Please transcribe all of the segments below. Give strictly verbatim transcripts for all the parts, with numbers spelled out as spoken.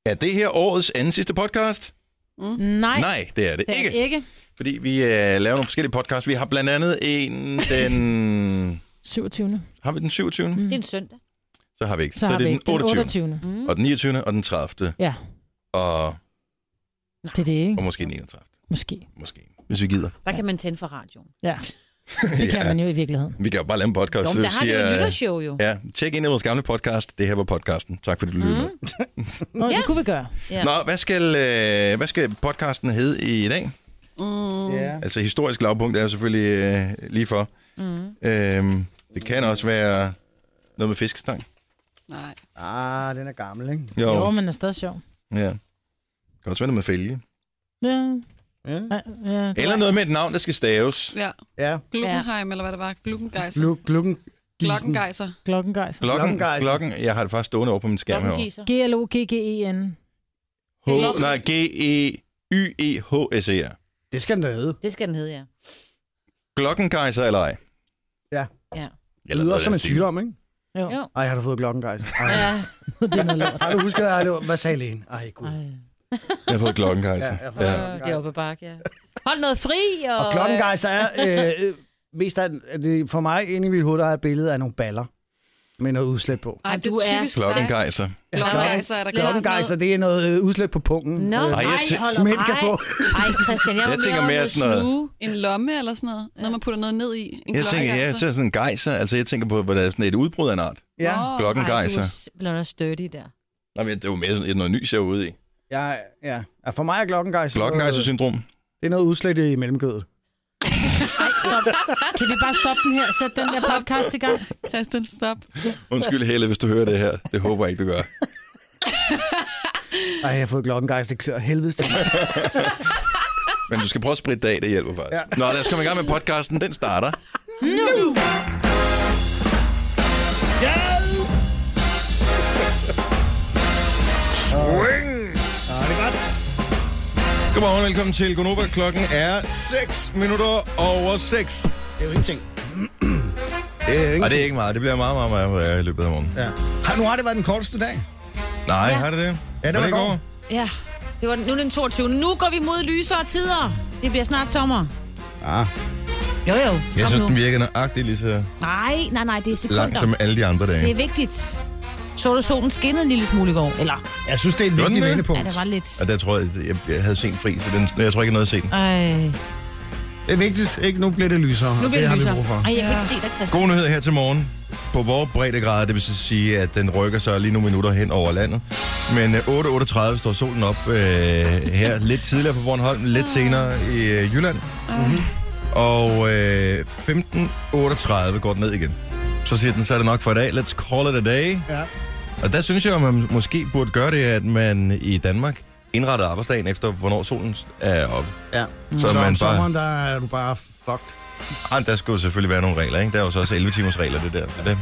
Er det her årets anden sidste podcast? Mm. Nej. Nej, det er det, det er ikke. ikke. Fordi vi uh, laver nogle forskellige podcasts. Vi har blandt andet en den... syvogtyvende Har vi den syvogtyvende? Mm. Det er en søndag. Så har vi ikke. Så, Så, så er det den otteogtyvende. otteogtyvende. Mm. Og den niogtyvende og den tredivte. Ja. Og... Det er det, ikke? Og måske den enogtredivte. Måske. Måske. Hvis vi gider. Der kan man tænde for radioen. Ja. Det kan ja. man jo i virkeligheden. Vi kan jo bare lave en podcast. Jo, der har det jo nytårsshow jo. Ja, tjek ind i vores gamle podcast. Det her var podcasten. Tak fordi du lyttede mm. med. Nå, det kunne vi gøre. Ja. Nå, hvad skal, øh, hvad skal podcasten hedde i dag? Mm. Yeah. Altså historisk lavpunkt er jo selvfølgelig øh, lige for. Mm. Øhm, det kan også være noget med fiskestang. Nej. Ah, den er gammel, ikke? Jo, jo men er stadig sjov. Ja. Det kan også være noget med fælge. Ja. Ja. Ja, eller noget med et navn, der skal staves. Ja. Ja. Gluckenheim, eller hvad det var. Gluckengeiser. Glu- Glucken Glockengeiser. Glockengeiser. Glocken, Glocken. Jeg har det faktisk stående over på min skærm herovre. G L O G G E N. H, nej, G E Y E H S E R. Det skal den da hedde. Det skal den hedde, ja. Glockengeiser eller ej? Ja. Ja. Det lyder som en sygdom, ikke? Jo. jo. Ej, har du fået Glockengeiser? Ja. Det er noget lort. Har du husket, at hvad sagde lægen? Ej, gud. Ej. Jeg har fået Glockengeiser. Ja, jeg har fået ja. Glockengeiser. Det er oppe bakke, ja. Hold noget fri. Og, og Glockengeiser er, øh, mest af, det, for mig, inde i mit hoved, der er et billede af nogle baller med noget udslæt på. Ej, det er typisk. Glockengeiser. Glockengeiser er der Glockengeiser, det er noget udslæt på pungen. Nå, øh, nej, hold op. mænd kan få. Ej, Christian, jeg, jeg tænker mere sådan noget. En lomme eller sådan noget. Noget, man putter noget ned i. En jeg tænker, jeg tænker sådan en gejser. Altså, jeg tænker på, hvor der er sådan et udbrud af en art. Ja. Glockengeiser. Ej, du bliver noget sturdy der. Nej, men det er jo mere noget ny ser ude i. Ja, ja. For mig er Glockengeiser... Glockengeiser-syndrom. Det er noget udslæt i mellemgødet. Ej, stop. Kan vi bare stoppe den her? Sæt den der podcast i gang. Christian, stop. Undskyld, Helle, hvis du hører det her. Det håber jeg ikke, du gør. Ej, jeg har fået Glockengeiser. Det klør helvedes til mig. Men du skal prøve at spritte af, det hjælper faktisk. Ja. Nå, lad os komme i gang med podcasten. Den starter nu. Jazz! Swing! Ja, det er godt. Godmorgen, velkommen til Gonova. Klokken er seks minutter over seks. Det er jo ingenting. Det er jo ingenting. Og det er ikke meget. Det bliver meget, meget, meget, meget i løbet af morgenen. Ja. Har, nu har det været den korteste dag. Nej, ja. har det det? Ja, det var, var det i går. Ja, det var nu er den toogtyvende. Nu går vi mod lysere tider. Det bliver snart sommer. Ah. Jo, jo. Jeg Kom synes, nu. den virker nøjagtigt lige så Nej, nej, nej, det er sekunder. langt som alle de andre dage. Det er vigtigt. Så du solen skinnede en lille smule i går? Eller? Jeg synes, det er et vigtigt vendepunkt. Ja, det var lidt. Og der tror jeg, jeg, jeg havde sent fri, så den, jeg tror ikke, jeg nåede at se den. Ej. Det er vigtigt. Ikke nu bliver det lysere. Nu bliver det, det lysere. har vi brug for. Ej, jeg kan ikke se dig, Christian. God nyhed her til morgen. På vores breddegrad, det vil så sige, at den rykker sig lige nogle minutter hen over landet. Men otte otteogtredive står solen op øh, her lidt tidligere på Bornholm, lidt senere i øh, Jylland. Mm-hmm. Og øh, femten otteogtredive går den ned igen. Så siger den, så er det nok for i dag. Let's call it a day. Ja. Og der synes jeg, at man måske burde gøre det, at man i Danmark indrettede arbejdsdagen efter, hvornår solen er oppe. Ja. Så, Så man om bare... sommeren, der er du bare fucked. Ah, der skulle selvfølgelig være nogle regler, ikke? Der er jo så også elleve timers regler, det der. Så det,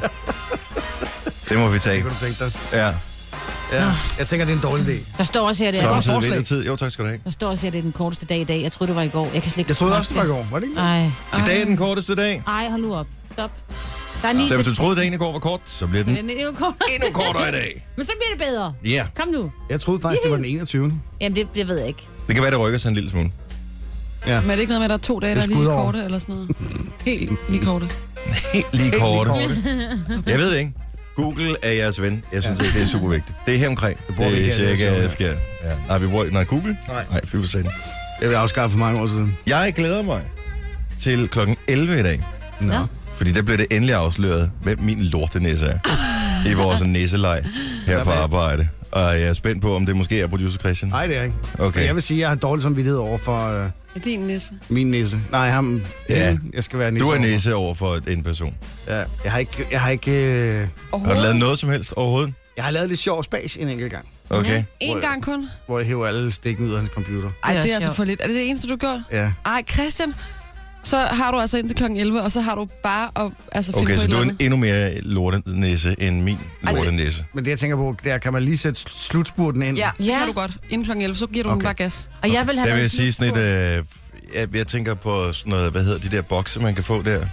det må vi tage. Det kan du tænke dig. Ja. Ja. Jeg tænker, det er en dårlig idé. Der står også her, det er, Samtidig forslag. vintertid. Jo, tak skal du have. der står også her, det er den korteste dag i dag. Jeg troede, det var i går. Jeg kan slet ikke Jeg troede huske også, det var i går. Var det ikke? Ej. I dag er den korteste dag. Ej, hold nu op. Stop. Der er ni Så hvis til... du troede, dagen i går var kort, så bliver den Den er endnu kortere. endnu kortere i dag. Men så bliver det bedre. Ja. Yeah. Kom nu. Jeg troede faktisk, det var den enogtyvende. Jamen, det, det ved jeg ikke. Det kan være, det rykker sig en lille smule. Ja. Men er det ikke noget med, at der er to dage, der er lige korte eller sådan noget? Helt lige korte. Helt lige korte. Jeg ved det ikke. Google er jeres ven. Jeg synes, ja. det er super vigtigt. Det er her omkring. Det, bruger vi det ikke, er cirka, det er jeg skal... Ja. Nej, vi bruger... Nej, Google? Nej. Nej, fy for satan. Det vil afskaffe for mange år siden. Jeg glæder mig til klokken elleve i dag. Nå. Fordi der bliver det endelig afsløret, hvem min lortenæsse er. I vores næsselej her på arbejde. Og jeg er spændt på, om det måske er producer Christian. Nej, det er ikke. Okay. Jeg vil sige, at jeg har dårlig samvittighed over for øh, Er din nisse? min næse. Nej, ham. Ja. Hende. Jeg skal være næse. Du er overfor. næse over for en person. Ja. Jeg har ikke... Jeg har, ikke øh, Har du lavet noget som helst overhovedet? jeg har lavet lidt sjov spas en enkelt gang, Okay. En gang kun? hvor jeg hæver alle stikken ud af hans computer. Ej, Det er det er altså sjovt. for lidt. Er det det eneste, du har gjort? Ja. Ej, Christian, så har du altså indtil klokken elleve, og så har du bare at altså, finde Okay, på så et du er eller en andet. endnu mere lortenæse end min Ej, det- lortenæse. Men det, jeg tænker på, der kan man lige sætte slutspurten ind. Ja, det Ja. kan du godt. Inden klokken elleve, så giver du Okay. den bare gas. Og jeg vil have Der vil jeg været sige sådan et... slut Øh, jeg, jeg tænker på sådan noget, hvad hedder de der bokse, man kan få der?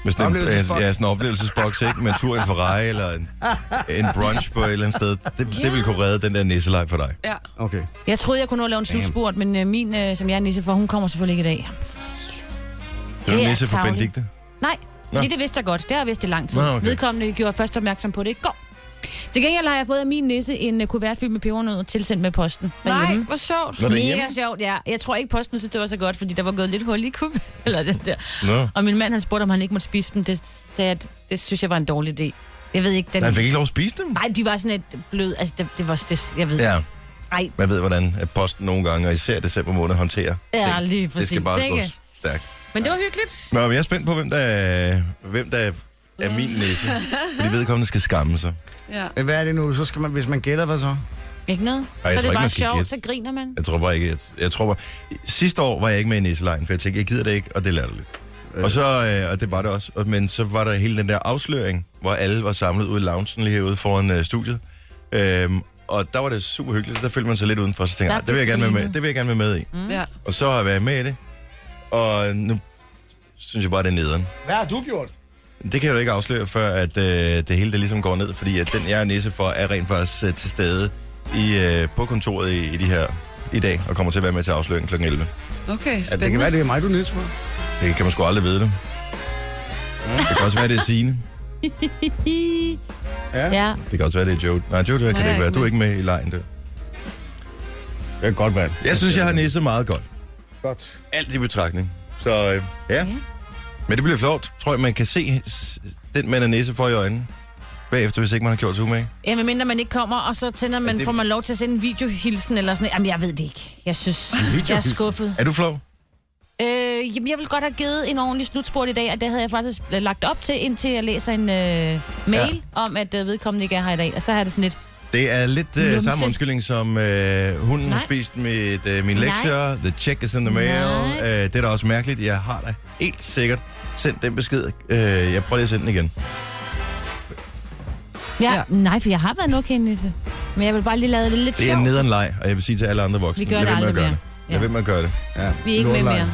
Med sådan en, Oplevelsesboks. ja, sådan en oplevelsesboks, ikke? Med en tur i en Ferrari eller en, en brunch på et eller andet sted. Det, det ville kunne redde den der nisselej for dig. Ja. Okay. Jeg troede, jeg kunne nå at lave en slutspurt, men øh, min, øh, som jeg er nisse for, hun kommer selvfølgelig ikke i dag. Det er Det en er nisse for tarveligt. Benedikte. Nej, fordi det vidste jeg godt. Det har jeg vidst i lang tid. Nå, okay. Vedkommende gjorde først opmærksom på det i går. Til gengæld har jeg fået af min nisse en uh, kuvert fyldt med pebernødder tilsendt med posten Nej, derhjemme. hvor sjovt. Nå, det er Mega hjemme. sjovt, ja. Jeg tror ikke, posten synes, det var så godt, fordi der var gået lidt hul i kub. Eller det der. Nå. Og min mand, han spurgte, om han ikke måtte spise dem. Det, sagde jeg, det synes jeg var en dårlig idé. Jeg ved ikke, den... Han fik ikke lov at spise dem? Nej, de var sådan et blød... Altså, det, det var... Det, jeg ved Ja. Ej, Man ved, hvordan at posten nogle gange, og især december måned, håndterer ja, ting. lige Det skal præcis. bare gå Ikke? stærkt. Men det var hyggeligt. Nå, men jeg er spændt på, hvem der er, hvem der er min nisse. Fordi vedkommende skal skamme sig. Ja. Men hvad er det nu? Så skal man, hvis man gætter, hvad så? Ikke noget? Ej, jeg så tror det ikke, er bare man skal sjovt, gætte. så griner man. Jeg tror bare ikke, jeg, jeg tror bare... Sidste år var jeg ikke med i nisselejen, for jeg tænkte, jeg gider det ikke, og det lærte lidt. Øh. Og så, øh, og det var det også. Og, men så var der hele den der afsløring, hvor alle var samlet ude i loungen lige herude foran øh, studiet. Øhm, og der var det super hyggeligt. Der følte man sig lidt udenfor, så tænkte jeg, det vil jeg gerne være med, det vil jeg gerne være med i. Mm. Ja. Og så har jeg været med i det. Og nu synes jeg bare, det er nederen. Hvad har du gjort? Det kan jeg jo ikke afsløre, før at øh, det hele det ligesom går ned, fordi at den, jeg er nisse for, er rent faktisk øh, til stede i, øh, på kontoret i, i de her i dag, og kommer til at være med til afsløringen klokken elleve. Okay, Ja, det kan spændende. være, det er mig, du er næste for. Det kan man sgu aldrig vide det. Det kan også være, det er Signe. Ja. Det kan også være, det er Joe. Nej, Joe, det kan Nej, det jeg er ikke være. ikke Du er ikke med i lejen, der. Det kan godt være. Jeg synes, jeg har nisse meget godt. Godt. Alt i betragtning. Så øh, ja. Men det bliver flot. Tror jeg, man kan se s- den, man er nisse for i øjnene. Bagefter, hvis ikke man har gjort sig umage. Ja, medmindre man ikke kommer, og så tænder man, det- får man lov til at sende en videohilsen eller sådan noget. Jamen, jeg ved det ikke. Jeg synes, jeg er skuffet. Er du flov? Øh, jamen, jeg vil godt have givet en ordentlig slutspurt i dag, og det havde jeg faktisk lagt op til, indtil jeg læser en øh, mail ja. om, at øh, vedkommende ikke er her i dag. Og så har det sådan lidt... Det er lidt øh, Numse. samme undskyldning, som øh, hunden har Nej. spist med øh, mine Nej. lektier. The check is in the mail. Nej. Øh, det er da også mærkeligt. Jeg har da helt sikkert sendt den besked. Øh, jeg prøver lige at sende den igen. Ja, Ja. ja. Nej, for jeg har været en okay nisse. Men jeg vil bare lige lave det lidt Det er sjovt. nederen leg, og jeg vil sige til alle andre voksne. Vi gør lad det være med at aldrig gøre mere. det. Lad være med at gøre det. Ja. Vi er ikke med Lortelej. mere.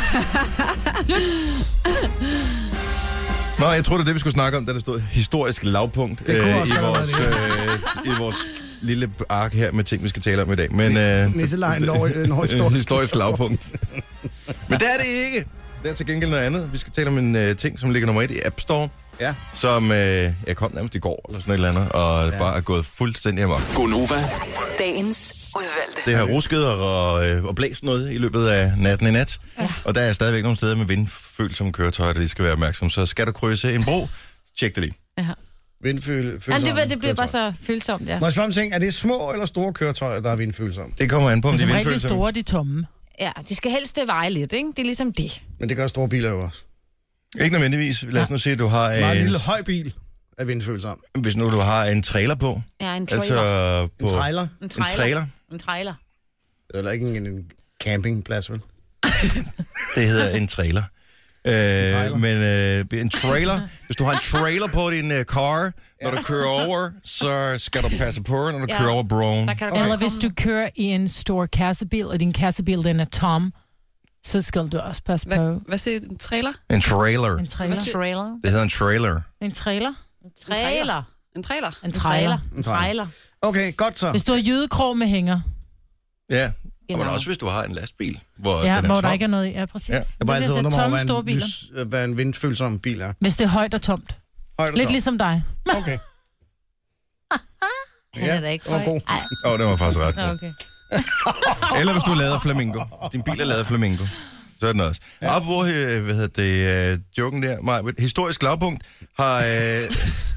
Nå, jeg tror det er det, vi skulle snakke om, da der stod historisk lavpunkt Det kunne øh, også i, have vores, øh, i vores lille ark her med ting, vi skal tale om i dag. Men, øh, Nisselejen lå i den øh, historiske. historisk lavpunkt. Men det er det ikke. Det er til gengæld noget andet. Vi skal tale om en øh, ting, som ligger nummer et i App Store, Ja. som øh, jeg kom nærmest i går, eller sådan et eller andet, og ja. bare er gået fuldstændig amok. Gonova. Dagens udvalgte. Det har rusket og, øh, og blæst noget i løbet af natten i nat, ja. og der er stadigvæk nogle steder med vindfølsomme køretøjer, der lige skal være opmærksom. Så skal du krydse en bro, tjek det lige. Ja. Vindføl, Jamen, det, ved- det bliver bare så følsomt, ja. Må jeg spørge om ting? Er det små eller store køretøjer, der er vindfølsomme? Det kommer an på, om de Som er regel de vindfølsomme. store, de tomme. Ja, de skal helst veje lidt, ikke? Det er ligesom det. Men det gør store biler jo også. Ikke nødvendigvis. Lad os nu sige, at du har Meget en, lille høj bil er vindfølsom. hvis nu du har en trailer på. Ja, en trailer. Altså på En trailer. En en trailer. trailer. En trailer. Eller ikke en, en campingplads, vel? Det hedder en trailer. Øh, trailer. men øh, en trailer, hvis du har en trailer på din uh, car, når du kører over, så skal du passe på, når du Ja. kører over broen. Der kan du Okay. godt Eller hvis komme- du kører i en stor kassebil, og din kassebil den er tom, så skal du også passe på. Hvad, hvad siger en trailer? En trailer. En trailer. Hvad siger- Trailer. Det hedder en trailer. En trailer. Trailer. En trailer? En trailer. En trailer. Trailer. Okay, godt så. Hvis du har jydekrog med hænger, Ja, Genau. men også hvis du har en lastbil, hvor ja, den er hvor der tom. ikke er noget i. Ja, præcis. Ja. Ja. Jeg Jeg bare altid undre mig over, tomme hvad store en, biler. lys, hvad en vindfølsom bil er. Hvis det er højt og tomt. Højt og Lidt tom. ligesom dig. Okay. Han er da ikke det var høj. god. Ej, Åh, oh, det var faktisk ret. nå, okay. Eller hvis du er lavet af flamingo. Hvis din bil er lavet af flamingo. Så er den også. Ja. Op hvor, øh, hvad hedder det, uh, joken der, Maja, historisk lavpunkt, har, øh,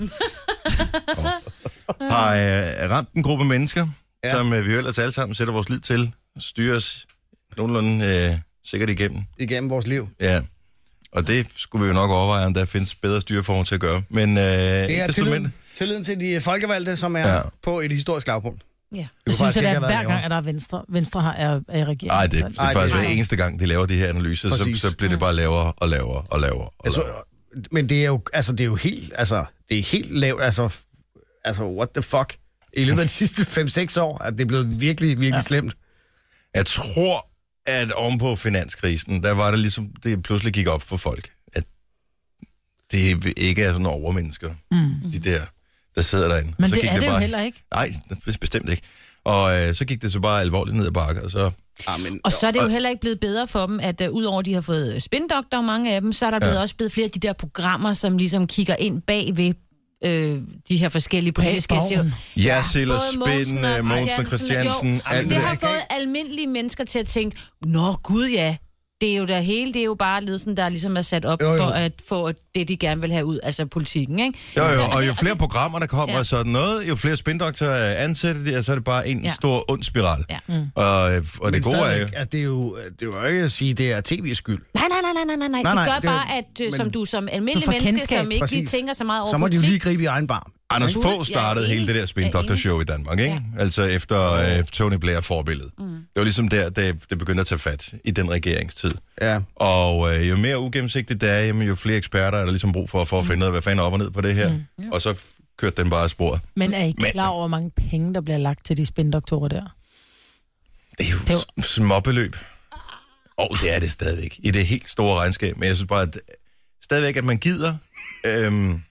har øh, ramt en gruppe mennesker, ja. Ja. som øh, vi ellers alle sammen sætter vores lid til, styrer os nogenlunde øh, sikkert igennem. Igennem vores liv. Ja. Og det skulle vi jo nok overveje, om der findes bedre styreformer til at gøre. Men øh, Det er ikke desto tilliden, mindre. tilliden til de folkevalgte, som er Ja. ja. på et historisk lavpunkt. Ja. Jeg kunne synes, faktisk at det ikke er have været hver lavere. gang, at der er venstre. Venstre har er, er i regeringen. Nej, det, det er Ej, faktisk det- hver eneste gang, de laver de her analyser, så, Præcis. så bliver det bare lavere og lavere og lavere. Og Jeg lavere. tror, men det er jo, altså, det er jo helt, altså, det er helt lavt, altså, f- altså, what the fuck? I løbet af de sidste fem seks år, at det er blevet virkelig, virkelig ja. slemt. Jeg tror, at ovenpå finanskrisen, der var det ligesom, det pludselig gik op for folk, at det ikke er sådan overmennesker, mm. de der, der sidder derinde. Men så det gik er det bare, jo heller ikke. Nej, bestemt ikke. Og øh, så gik det så bare alvorligt ned ad bakke, og så... Amen. Og så er det jo heller ikke blevet bedre for dem, at uh, udover de har fået spindoktor, mange af dem, så er der blevet ja. også blevet flere af de der programmer, som ligesom kigger ind bag ved øh, de her forskellige politiske... Ja, Siller, både Spin, Mogensen og Mogensen og Christiansen, Jo, alt det det. har fået almindelige mennesker til at tænke, nå gud ja, det er jo der hele, det er jo bare ledelsen, der ligesom er sat op jo, jo. for at få det, de gerne vil have ud, altså politikken, ikke? Jo, jo, og jo flere programmer, der kommer Ja. og sådan noget, jo flere spindoktorer ansætter de, og så er det bare en Ja. stor ond spiral. Ja. Mm. Og, og Men det gode er jo... stadigvæk, altså, det er jo, det er jo ikke at sige, det er tv's skyld. Nej, nej, nej, nej, nej, nej, Nej, det nej, gør det er- bare, at øh, men- som du som Du almindelig får menneske, kendskab. som ikke lige Præcis. tænker så meget over Så må de jo politik. lige gribe i egen barm. Anders Du- Fogh startede jeg er hele det der enig. spindoktorshow i Danmark, ikke? Ja. Altså efter øh, Tony Blair forbilledet. Mm. Det var ligesom der, det, det begyndte at tage fat i den regeringstid. Ja. Og øh, jo mere ugennemsigtigt det er, jamen, jo flere eksperter er der ligesom brug for, for at finde ud af, hvad fanden er op og ned på det her. Mm. Og så kørte den bare af sporet. Men er I Men- klar over, hvor mange penge, der bliver lagt til de spindoktorer der? Det er jo, Det er jo... småbeløb. Og oh, det er det stadigvæk. I det helt store regnskab. Men jeg synes bare, at stadigvæk, at man gider... Øhm,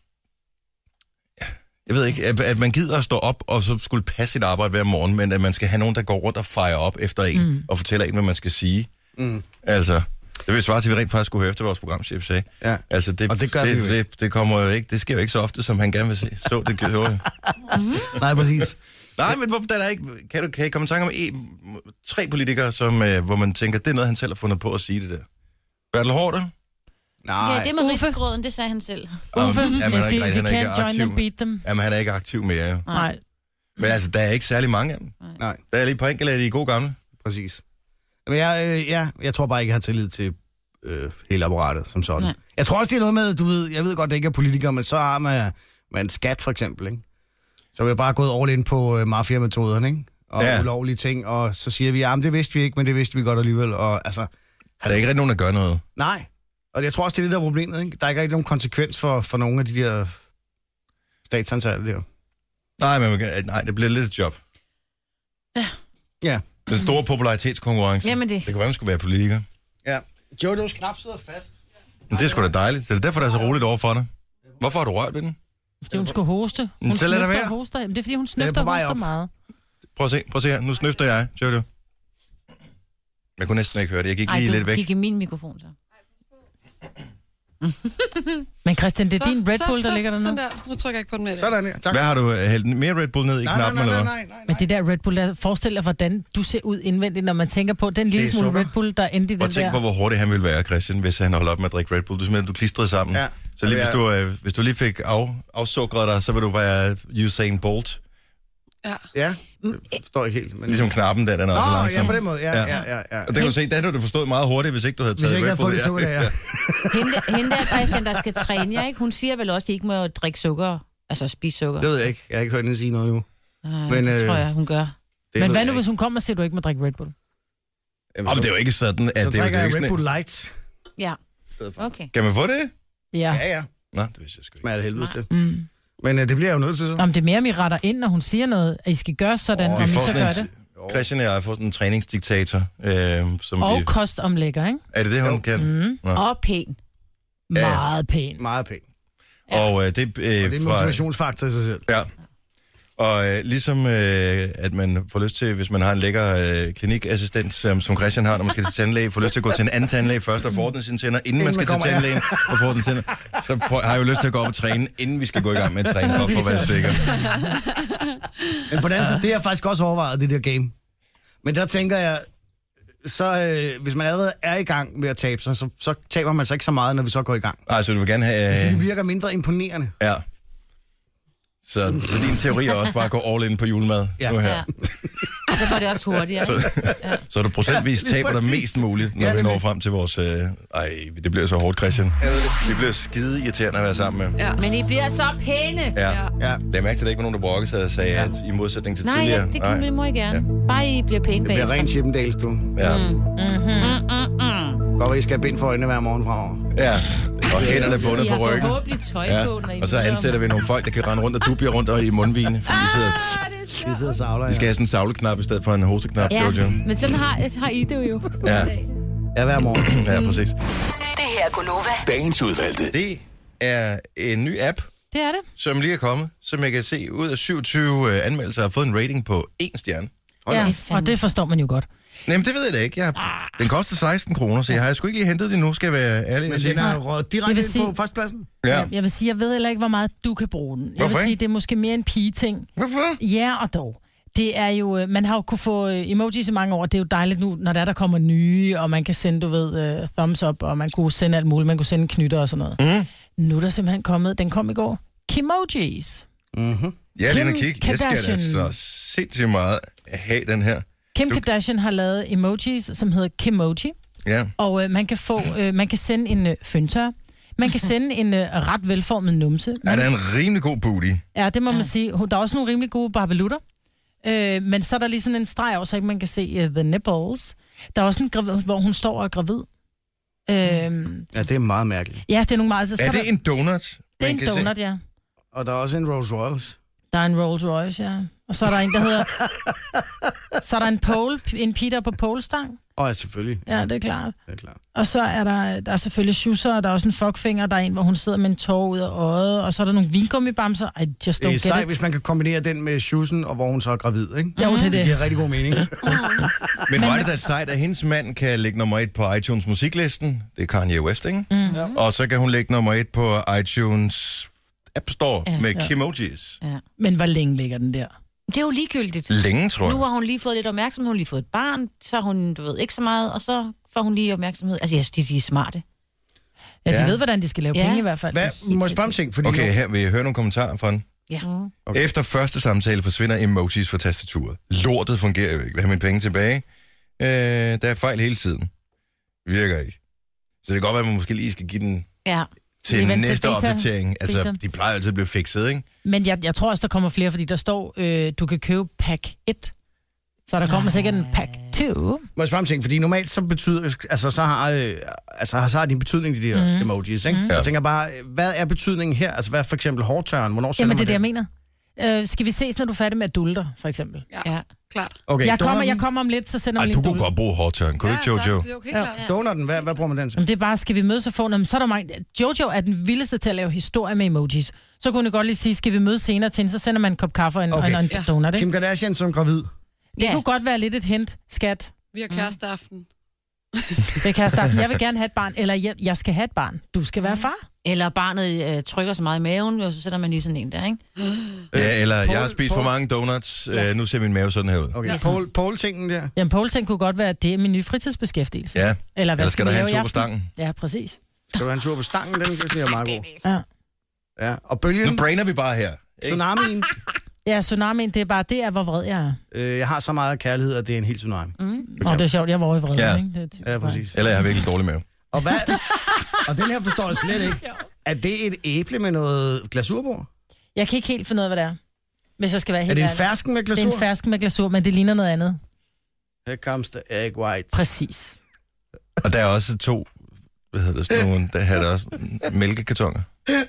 jeg ved ikke, at, at man gider at stå op og så skulle passe sit arbejde hver morgen, men at man skal have nogen, der går rundt og fejrer op efter en, mm. og fortæller en, hvad man skal sige. Mm. Altså, det vil svare til, at vi rent faktisk skulle høre efter vores programchef sagde. Ja. Altså, det, Og det gør det, vi jo det, det, det kommer jo ikke, det sker jo ikke så ofte, som han gerne vil se. Så det gjorde jeg. Nej, præcis. Nej, men hvorfor der er ikke... Kan du kan I komme i tanke om en, tre politikere, som, øh, hvor man tænker, det er noget, han selv har fundet på at sige det der? Bertel Haarder? Nej. Ja, det med Uffe. risengrøden, det sagde han selv. Uffe, Jamen, han er if ikke, you han er ikke can't join aktiv. them, beat them. Jamen, han er ikke aktiv mere, jo. Nej. Men altså, der er ikke særlig mange af dem. Nej, Der er lige på enkelte af de gode gamle. præcis. Men jeg, øh, ja, jeg tror bare ikke, jeg har tillid til øh, hele apparatet som sådan. Nej. Jeg tror også, det er noget med, du ved, jeg ved godt, det ikke er politikere, men så har man, man skat for eksempel, ikke? Så er vi bare gået all in på øh, mafia-metoderne, ikke? Og Ja. ja. ulovlige ting, og så siger vi, jamen det vidste vi ikke, men det vidste vi godt alligevel, og altså... Der er ikke rigtig nogen, der gør noget. Nej, og jeg tror også, det er det der er problemet, ikke? Der er ikke rigtig nogen konsekvens for, for nogle af de der statsansatte der. Nej, men man kan- nej, det bliver lidt et job. Ja. Den store popularitetskonkurrence. Jamen det. Det kan være, man skulle være politiker. Ja. Jojos knap sidder fast. Men det er sgu da dejligt. Det er derfor, der er så roligt over for dig. Hvorfor har du rørt ved den? Fordi hun skulle hoste. Hun Så lad det snøfter være. og hoster. Jamen, det er, fordi hun på snøfter og vej hoster op. meget. Prøv at se, prøv at se her. Nu snøfter jeg, Jojo. Jeg kunne næsten ikke høre det. Jeg gik Ej, lige du lidt væk. gik i min mikrofon så. Men Christian, det er Så- din Red så- Bull, der så- ligger der nu. Sådan der. Nu trykker jeg ikke på den med det. Sådan, ja. Tak. Hvad har du øh, hældt mere Red Bull ned i Nej, knappen, nej, eller nej, hvad? nej, nej, Men det der Red Bull, der forestiller hvordan du ser ud indvendigt, når man tænker på den lille Det er smule sukker. Red Bull, der endte i den Prøv at tænke på, der. hvor hurtigt han ville være, Christian, hvis han holdt op med at drikke Red Bull. Du simpelthen, du klistrede sammen. Ja. Så lige, Ja. hvis, du, øh, hvis du lige fik af, afsukkret dig, så vil du være Usain Bolt. Ja. Ja, det forstår jeg ikke helt. Men... Ligesom knappen der, den er også Nå, langsom. ja, på den måde. Ja, Ja. ja, ja. ja. Og det kan du se, det havde du forstået meget hurtigt, hvis ikke du havde Hvis taget jeg ikke Red havde Bull. fået det sukker, ja. Hende, hende der, Christian, der skal træne jer, ikke? Hun siger vel også, at de ikke må drikke sukker, altså spise sukker. Det ved jeg ikke. Jeg har ikke hørt hende sige noget nu. Nej, Men, det øh, tror jeg, hun gør. Det Men ved hvad jeg nu, ikke. hvis hun kommer og siger, at du ikke må drikke Red Bull? Jamen, Om det er jo ikke sådan, at så det er jo drikker det er jeg ikke Red Bull sådan... Light. Ja, i stedet for. okay. Kan man få det? Ja. Ja, ja. Nå, det vidste jeg sgu ikke. Smager det helvede til. Mm. Men uh, det bliver jeg jo nødt til så. Om det er mere, om I retter ind, når hun siger noget, at I skal gøre sådan, Åh, oh, Vi om I får så sådan gør en, det. Christian og jeg har fået sådan en træningsdiktator, øh, som Og vi... kostomlægger, ikke? Er det det, hun kan? Mm. Nå. Og pæn. Ja. Meget pænt. Meget pænt. Og øh, det, øh, Og det er en fra, motivationsfaktor i sig selv. ja. Og øh, ligesom øh, at man får lyst til, hvis man har en lækker øh, klinikassistent, som, som Christian har, når man skal til tandlæge, får lyst til at gå til en anden tandlæge først og få ordnet sine tænder, inden man Inden skal man til kommer, tandlægen og få ordnet tænder. Så får, har jeg jo lyst til at gå op og træne, inden vi skal gå i gang med at træne, for at være sikker. Men på den anden side, det er jeg faktisk også overvejet, det der game. Men der tænker jeg, så øh, hvis man allerede er i gang med at tabe sig, så, så taber man sig ikke så meget, når vi så går i gang. Altså, du vil gerne have... Så det Øh, virker mindre imponerende. ja. Så, så din teori er også bare at gå all in på julemad Ja. nu her. Ja. Så var det også hurtigere, ikke? Så du procentvis Ja, lige taber dig præcis. mest muligt, når Ja, ja, vi det er når det. frem til vores... Øh, ej, det bliver så hårdt, Christian. Det bliver skide irriterende at være sammen med. Ja. Men I bliver så pæne. Ja. Ja. Ja. Det er mærkeligt, at der ikke var nogen, der brokkede sig og sagde, at i modsætning til Nej, tidligere... ja, det kan vi må I gerne. Bare I bliver pæne Det bliver bagefter. ren Chippendales, du. Ja. Mm, mm. Godt, at I skal have bind for øjnene hver morgen fremover. ja. Og hænderne bundet I på har ryggen. forhåbentlig tøj Ja. på, når I Og så møder ansætter vi nogle folk, der kan rende rundt og dubier rundt og i mundvine. Fordi de, sidder, Ah, det er sjovt. Vi sidder og savler, de skal ja. have sådan en savleknap i stedet for en hosteknap, Ja, Jojo. men sådan har, har I det jo. Ja. Ja, hver morgen. Ja, præcis. Det her er Gunova. Dagens udvalgte. Det er en ny app, Det er det. som lige er kommet, som jeg kan se ud af syvogtyve øh, anmeldelser har fået en rating på én stjerne. Ja, det er fandme- og det forstår man jo godt. Jamen, det ved jeg da ikke. Jeg, den koster seksten kroner, så jeg har sgu ikke lige hentet det nu, skal jeg være ærlig og Men sige. den er røget Jeg direkte vil ind sige- på førstepladsen. Ja. Jeg, jeg vil sige, jeg ved heller ikke, hvor meget du kan bruge den. Jeg Hvorfor vil sige, ikke? det er måske mere en pige-ting. Hvorfor? Ja, og dog. Det er jo, øh, man har jo kunne få øh, emojis i mange år. Det er jo dejligt nu, når der, der kommer nye, og man kan sende, du ved, uh, thumbs up, og man kunne sende alt muligt. Man kunne sende knytter og sådan noget. Mm. Nu er der simpelthen kommet, den kom i går, Kimojis. Mm-hmm. Ja, Kim den er kig. Jeg skal da Kardashian. så sindssygt meget have den her. Kim Du- Kardashian har lavet emojis, som hedder Kimoji. Ja. Og øh, man kan få, øh, man kan sende en øh, føntør. Man kan sende en øh, ret velformet numse. Er Man, der en rimelig god booty? ja, det må man sige. Der er også nogle rimelig gode barbelutter. Øh, men så er der lige sådan en streg over, så ikke man kan se uh, the nipples. Der er også en gravid, hvor hun står og er gravid. Øh, Ja, det er meget mærkeligt. ja, det er nogle meget... Så Er der, det en donut? det er man en kan se? donut, ja. Og der er også en Rolls Royce. Der er en Rolls Royce, ja. Og så er der en, der hedder... så er der en pole, en Peter på polestang. Åh, ja, selvfølgelig. Ja, det er klart. Det er klart. Og så er der, der er selvfølgelig schusser, og der er også en fuckfinger, der er en, hvor hun sidder med en tår ud af øjet, og så er der nogle vingummibamser. I just don't Det er get sejt, it. hvis man kan kombinere den med shusen, og hvor hun så er gravid, ikke? Jo, det er Det det. giver rigtig god mening. Men hvor er det da sejt, at hendes mand kan lægge nummer et på iTunes musiklisten. Det er Kanye West, ikke? Mm. Og så kan hun lægge nummer et på iTunes App Store Ja. med Ja. Kimojis. Ja. Men hvor længe ligger den der? Det er jo ligegyldigt. Længe, tror Nu jeg. har hun lige fået lidt opmærksomhed, hun har lige fået et barn, så har hun, du ved, ikke så meget, og så får hun lige opmærksomhed. Altså, jeg synes, de er smarte. Ja, de Ja. ved, hvordan de skal lave Ja. penge i hvert fald. Hvad, må jeg spørge om ting? Fordi Okay, nu- her vil jeg høre nogle kommentarer fra den. Ja. Okay. Efter første samtale forsvinder emojis fra tastaturet. Lortet fungerer jo ikke. Vil have mine penge tilbage. Øh, der er fejl hele tiden. Virker ikke. Så det kan godt være, at man måske lige skal give den Ja. til Lige vent til næste beta. opdatering. Altså, Beta. de plejer altid at blive fikset, ikke? Men jeg, jeg tror også, der kommer flere, fordi der står, øh, du kan købe pack et. Så der kommer sikkert en pack to. Må jeg spørge om ting? Fordi normalt så betyder, altså så har, øh, altså, så har de en betydning, de der mm. emojis, ikke? Mm. Jeg tænker bare, hvad er betydningen her? Altså hvad er for eksempel hårdtørren? Hvornår sender Jamen, det er det, man jeg mener. Øh, skal vi ses, når du er færdig med at dulle dig, for eksempel? Ja, Ja. klart. Okay, Jeg kommer, donutten? jeg kommer om lidt, så sender Ej, vi du lige en kunne dulle. godt bruge hårdtørren. Kunne du ikke, Jojo? sagtens, det er okay, Ja. klart. Donutten, hvad, hvad bruger man den til? Jamen, det er bare, skal vi mødes og få noget? Men så er der mange... Jojo er den vildeste til at lave historie med emojis. Så kunne hun godt lige sige, skal vi mødes senere til hende? Så sender man en kop kaffe og en, Okay. og en Ja. donut, ikke? Kim Kardashian som gravid. Det Ja. kunne godt være lidt et hint, skat. Vi har kæresteaften. Det kan jeg starte. Jeg vil gerne have et barn, eller jeg, jeg skal have et barn. Du skal være far. Eller barnet øh, trykker så meget i maven, og så sætter man lige sådan en der, ikke? Ja, eller Paul- jeg har spist for Paul- mange donuts. Øh, nu ser min mave sådan her ud. Okay, Ja. Paul, Paul-tingen der. Jamen, Poulsen kunne godt være, at det er min nye fritidsbeskæftigelse. Ja, Eller hvad eller skal der vi have lave en i tur på aften? stangen? Ja, præcis. Skal du have en tur på stangen? Den synes jeg er meget god. Ja. Ja, og Nu bølgen, brainer vi bare her. Ikke? tsunamien. Ja, tsunamien, det er bare, det er, hvor vred jeg er. Øh, jeg har så meget kærlighed, at det er en helt tsunami. Mm. Og det er sjovt, jeg var over i vred, Ja. ikke? Det er typisk Ja, mig. præcis. Eller jeg har virkelig dårlig mave. Og hvad? Og den her forstår jeg slet ikke. Er det et æble med noget glasur på? Jeg kan ikke helt finde ud af, hvad det er. Hvis jeg skal være Er helt det en ærlig. fersken med Det glasur? er en fersken med glasur, men det ligner noget andet. Here comes the egg whites. Præcis. Og der er også to, hvad hedder det, sådan nogle, der her der også mælkekartoner.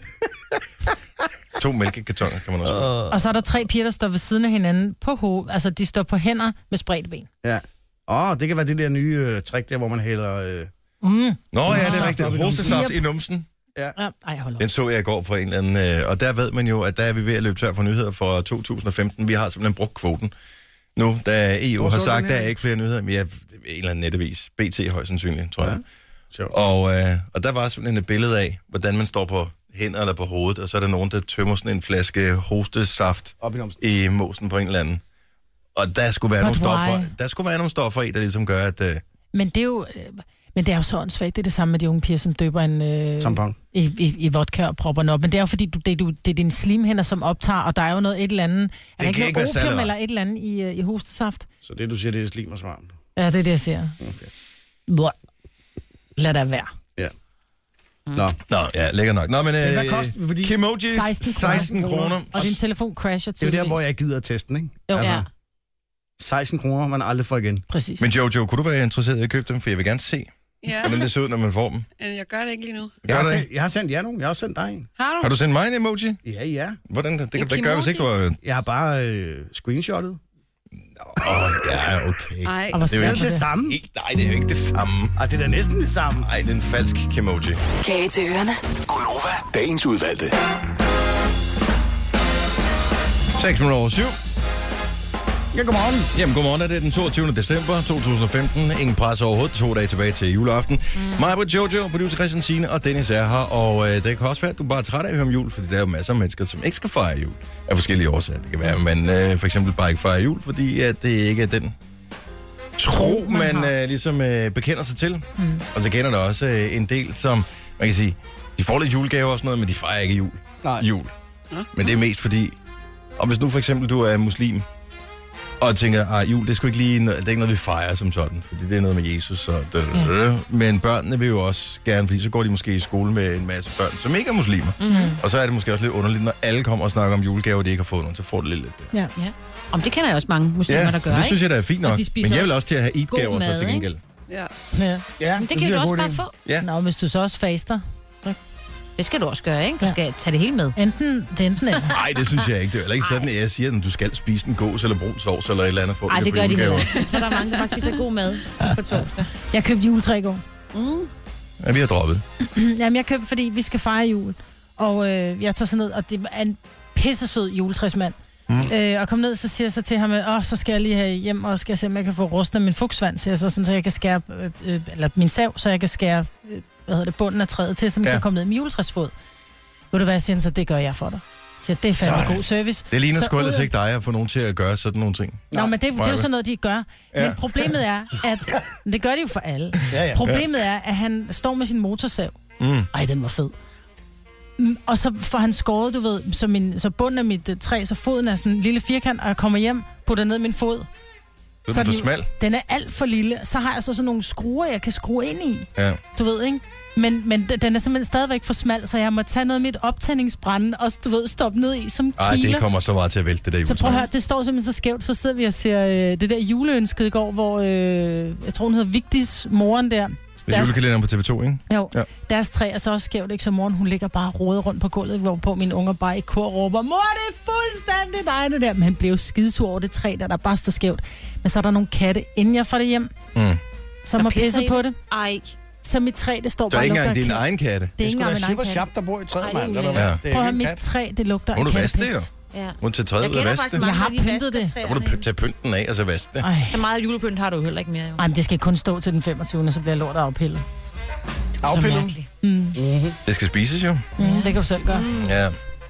To mælkekartoner, kan man også sige. Og så er der tre piger, der står ved siden af hinanden på hoved. Altså, de står på hænder med spredte ben. Ja. Åh, oh, det kan være det der nye øh, trick der, hvor man hælder... Øh... Mm. Nå ja, det er Saft rigtigt. op i numsen. Hostesaft i numsen. Ja, ej, hold op. Den så jeg i går på en eller anden, øh, og der ved man jo, at der er vi ved at løbe tør for nyheder for to tusind og femten. Vi har simpelthen brugt kvoten. Nu, da E U Hvor har så du sagt, den der her? er ikke flere nyheder, men ja, en eller anden nettevis. B T højst sandsynligt, tror Ja. jeg. Sjovt. Og, øh, og der var simpelthen et billede af, hvordan man står på hænder eller på hovedet, og så er der nogen, der tømmer sådan en flaske hostesaft Op i numsen. i mosen på en eller anden. Og der skulle være, nogle But stoffer, why? der skulle være nogle stoffer i, der ligesom gør, at... Øh, Men det er jo... øh, Men det er jo så åndssvagt. Det er det samme med de unge piger, som døber en... Øh, Tampon. i, i, i vodka og propper den op. Men det er jo fordi, du, det, du, det er dine slimhænder, som optager, og der er jo noget et eller andet... Er der kan ikke ikke være noget opium særlig eller et eller andet i, øh, i hostesaft? Så det, du siger, det er slim og svamp. Ja, det er det, jeg siger. Okay. Lad der være. Ja. Nå. Nå, ja, lækker nok. Nå, men... Øh, Men hvad koster- fordi- Kimojis, seksten kroner. seksten kroner. Og din telefon crasher Det er jo der, hvor jeg gider teste den, ikke? Jo, Altså, ja. seksten kroner, man aldrig får igen. Præcis. Men Jojo, kunne du være interesseret i at købe dem? For jeg vil gerne se, Ja, hvordan det ser ud, når man får dem. men jeg gør det ikke lige nu. Jeg har, Gør det sendt, jeg har sendt jer nogen. Jeg har også sendt dig en. Har du? Har du sendt mig en emoji? Ja, ja. Hvordan? Det kan En du ikke gøre, hvis ikke du har... Jeg har bare øh, screenshottet. Åh, oh, ja, okay. Ej, Og hvor Det er jo svært ikke er det samme. Helt, nej, det er jo ikke det samme. Ej, det er da næsten det samme. Nej, det er en falsk emoji. Kage til ørerne. Gonova, dagens udvalgte. seks minutter over syv. Ja, godmorgen. Jamen, godmorgen. Det er den toogtyvende december to tusind og femten. Ingen pres overhovedet. To dage tilbage til juleaften. Mm. Mig, Britt, Jojo, producer Christian Signe og Dennis er her. Og øh, det kan også være, at du bare er træt af at høre om jul, fordi der er jo masser af mennesker, som ikke skal fejre jul. Af forskellige årsager. Det kan være, at man øh, for eksempel bare ikke fejrer jul, fordi at det ikke er den tro, man, man øh, ligesom øh, bekender sig til. Mm. Og så kender der også øh, en del, som, man kan sige, de får lidt julegaver og sådan noget, men de fejrer ikke jul. Nej. Jul. Ja. Men det er mest fordi, og hvis nu for eksempel du er muslim, og tænker, at jul, det er sgu ikke lige, det er ikke noget, vi fejrer som sådan, fordi det er noget med Jesus. Og ja. Men børnene vil jo også gerne, fordi så går de måske i skole med en masse børn, som ikke er muslimer. Mm-hmm. Og så er det måske også lidt underligt, når alle kommer og snakker om julegaver, de ikke har fået nogen, så får det lidt lidt. Ja. Ja. Om det kender jeg også mange muslimer, Ja, der gør, det ikke? synes jeg, der er fint nok. de spiser Men jeg vil også også til at have eat-gaver god så mad, til gengæld. ja. Ja. Ja, Men det synes kan du jeg er også god bare idé. få. Ja. Nå, hvis du så også faster. Det skal du også gøre, ikke? Du Ja. skal tage det hele med. Enten det er enten eller. Nej, det synes jeg ikke. Det er heller ikke sådan, at jeg siger, at du skal spise en gås eller brun sovs eller et eller andet. Nej, det gør de heller ikke. Jeg tror, der er mange, der bare spiser god mad på torsdag. Jeg købte juletræ i går. Ja, vi har droppet. Jamen, jeg købte, fordi vi skal fejre jul. Og øh, jeg tager så ned, og det er en pissesød juletræsmand. Mm. Øh, og kom ned, så siger jeg så til ham, åh, så skal jeg lige have hjem, og skal jeg se, om jeg kan få rustnet min fugtsvand, siger jeg så, sådan, så jeg kan skære, øh, øh, eller min sav, så jeg kan skære, øh, hvad hedder det, bunden af træet til, så den Ja. kan komme ned med juletræsfod. Ved du hvad, siger han, så det gør jeg for dig. Så det er fandme Sådan. god service. Det ligner Så sgu ellers ud af- ikke dig at få nogen til at gøre sådan nogle ting. Nå, men det, det er jo Maja. sådan noget, de gør. Ja. Men problemet er, at... Det gør de jo for alle. Ja, ja. Problemet er, at han står med sin motorsav. Mm. Ej, den var fed. Mm, Og så får han skåret, du ved, så, min, så bunden af mit uh, træ, så foden er sådan en lille firkant, og jeg kommer hjem, putter ned min fod. Så er den for smal. Den er alt for lille. Så har jeg så sådan nogle skruer, jeg kan skrue ind i. Ja. Du ved, ikke? Men, men d- den er simpelthen stadigvæk for smal, så jeg må tage noget af mit optændingsbrænde, og du ved, stoppe ned i som Ej, kiler. det kommer så meget til at vælte, det der Så prøv at juletræ. høre, det står simpelthen så skævt. Så sidder vi og ser øh, det der juleønske i går, hvor, øh, jeg tror hun hedder Vigdis, moren der. Det er julekalenderen på T V to, ikke? Jo, Ja. ja. Deres træ er så også skævt, ikke? Så moren, hun ligger bare og roder rundt på gulvet, hvorpå mine unger bare i kor råber, mor, det er fuldstændig dig, det der. Men han blev skidesur over det træ, der, der bare står skævt. Men så er der nogle katte, inden jeg får det hjem, Mm. som har pisser pisset i på det? det. Ej. Så mit træ, det står Så bare ikke og engang lugter din af kat. egen katte. Det er ikke Det er engang sgu min da egen super kat. shop, der bor i træet, Ej, det er mand. Eller ulækkert. hvad? Ja. Det er Prøv at høre, ikke en mit kat. træ, det lugter Må af du vaske det, kattepis. jo? Ja. Må du tage træet Jeg ud og kender vaske faktisk det? mange, Jeg har der lige pyntet vasker det. Så må træerne. du p- tage pynten af og så vaske det. Ej. Så meget julepynt har du jo heller ikke mere, jo. Ej, men det skal kun stå til den femogtyvende, så bliver lortet afpillet. Afpillet. Mm. Det skal spises jo. Mm, det kan du selv gøre. Ja.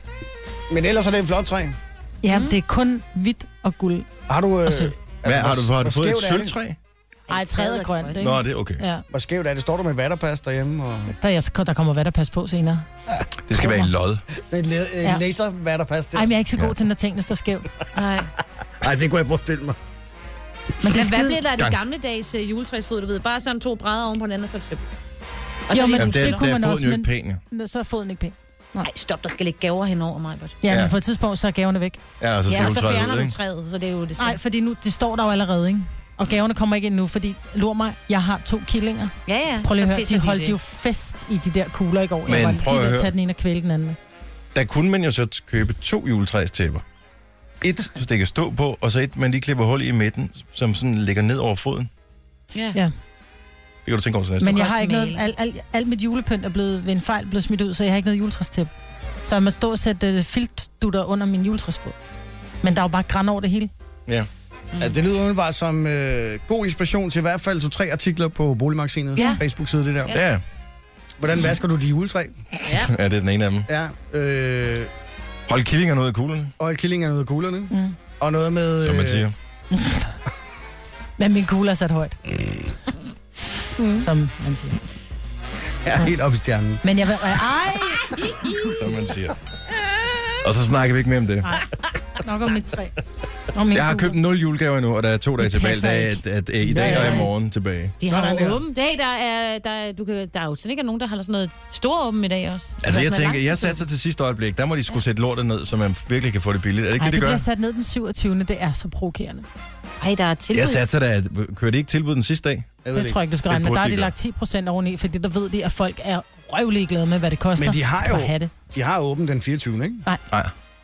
Men ellers er det en flot træ. Ja, det er kun hvidt og guld. Har du... Øh, Og sølv. Hvad, har du, har du hvor fået et skævt er det? sølvtræ? Ej, træet er grønt, ikke? Nå, det er okay. Ja, Hvor skævt er det? Står du med vatterpas derhjemme? Og... der, jeg, der kommer vatterpas på senere. Det skal være en lod. Så et la- Ja. laser-vatterpas der. Ej, men jeg er ikke så god til, når tingene står skævt. Nej. Ej, det kunne jeg forestille mig. Men det er Men hvad skide... blev der af de Gang. gamle dages uh, juletræsfod, du ved? Bare sådan to brædder oven på hinanden, og så er det søbt. Og Jo, så men- lige Jamen, nogle det, det stykker. kunne det er man foden også, jo ikke men- pæn, jo. Så er foden ikke pæn. Nej, stop, der skal ligge gaver henover mig, Bert. Ja, Ja. men på et tidspunkt, så er gaverne væk. Ja, og så Ja, ser og så juletræet fjerner ud, du ikke? træet, så det er jo det Nej, fordi nu, det står der jo allerede, ikke? Og gaverne kommer ikke ind nu, fordi, lur mig, jeg har to killinger. Ja, ja. Prøv lige at Så høre, pisser de holdt det. jo fest i de der kugler i går. Men jeg var prøv at lige ved høre. at tage den ene og kvæle den anden. Der kunne man jo så købe to juletræstæpper. Et, så det kan stå på, og så et, man lige klipper hul i midten, som sådan ligger ned over foden. Ja. Ja. Det kan du tænke over til næste Men år. jeg har ikke noget, Kostmale. alt, alt, alt mit julepynt er blevet ved en fejl blevet smidt ud, så jeg har ikke noget juletræstæp. Så jeg må stå og sætte uh, filtdutter under min juletræsfod. Men der er jo bare græn over det hele. Ja. Mm. Altså, det lyder umiddelbart som øh, god inspiration til i hvert fald to-tre artikler på Boligmagasinet. Ja. Facebook-side, det der. Ja. Ja, Hvordan vasker du de juletræ? Ja. ja, det er den ene af dem. Ja. Øh, Hold killingerne ud af kuglerne, og killingerne ud af kuglerne. Mm. Og noget med... som man øh, siger. Men min kugle er sat højt. Mm. Som man siger. Ja, helt op i stjernen. Men jeg vil... Ej! Som man siger. Og så snakker vi ikke mere om det. Nej, nok om mit træ. Om min Jeg har kugle. købt nul julegaver nu, og der er to dage Det tilbage. passer Der er, ikke. at, at, at, i dag Ja, ja, og ja. i morgen tilbage. De har Sådan jo der. åben. dag, der er, der, er, du kan, der er jo sådan ikke nogen, der har sådan noget stor åben i dag også. Altså, jeg Sådan tænker, lang jeg tid. satte sig til sidste øjeblik. Der må de skulle sætte lortet ned, så man virkelig kan få det billigt. Er det ikke Ej, det, det de gør? bliver sat ned den syvogtyvende Det er så provokerende. Ej, der er tilbud. Jeg satte sig da, kører det ikke tilbud den sidste dag? Jeg ved Jeg det tror ikke. ikke, du skal Det regne med. burde Der har de de gøre. lagt ti procent oveni, fordi der ved de, at folk er røvlige glade med, hvad det koster. Men de har skal jo- bare have det. De har åbent den fireogtyvende ikke? Nej.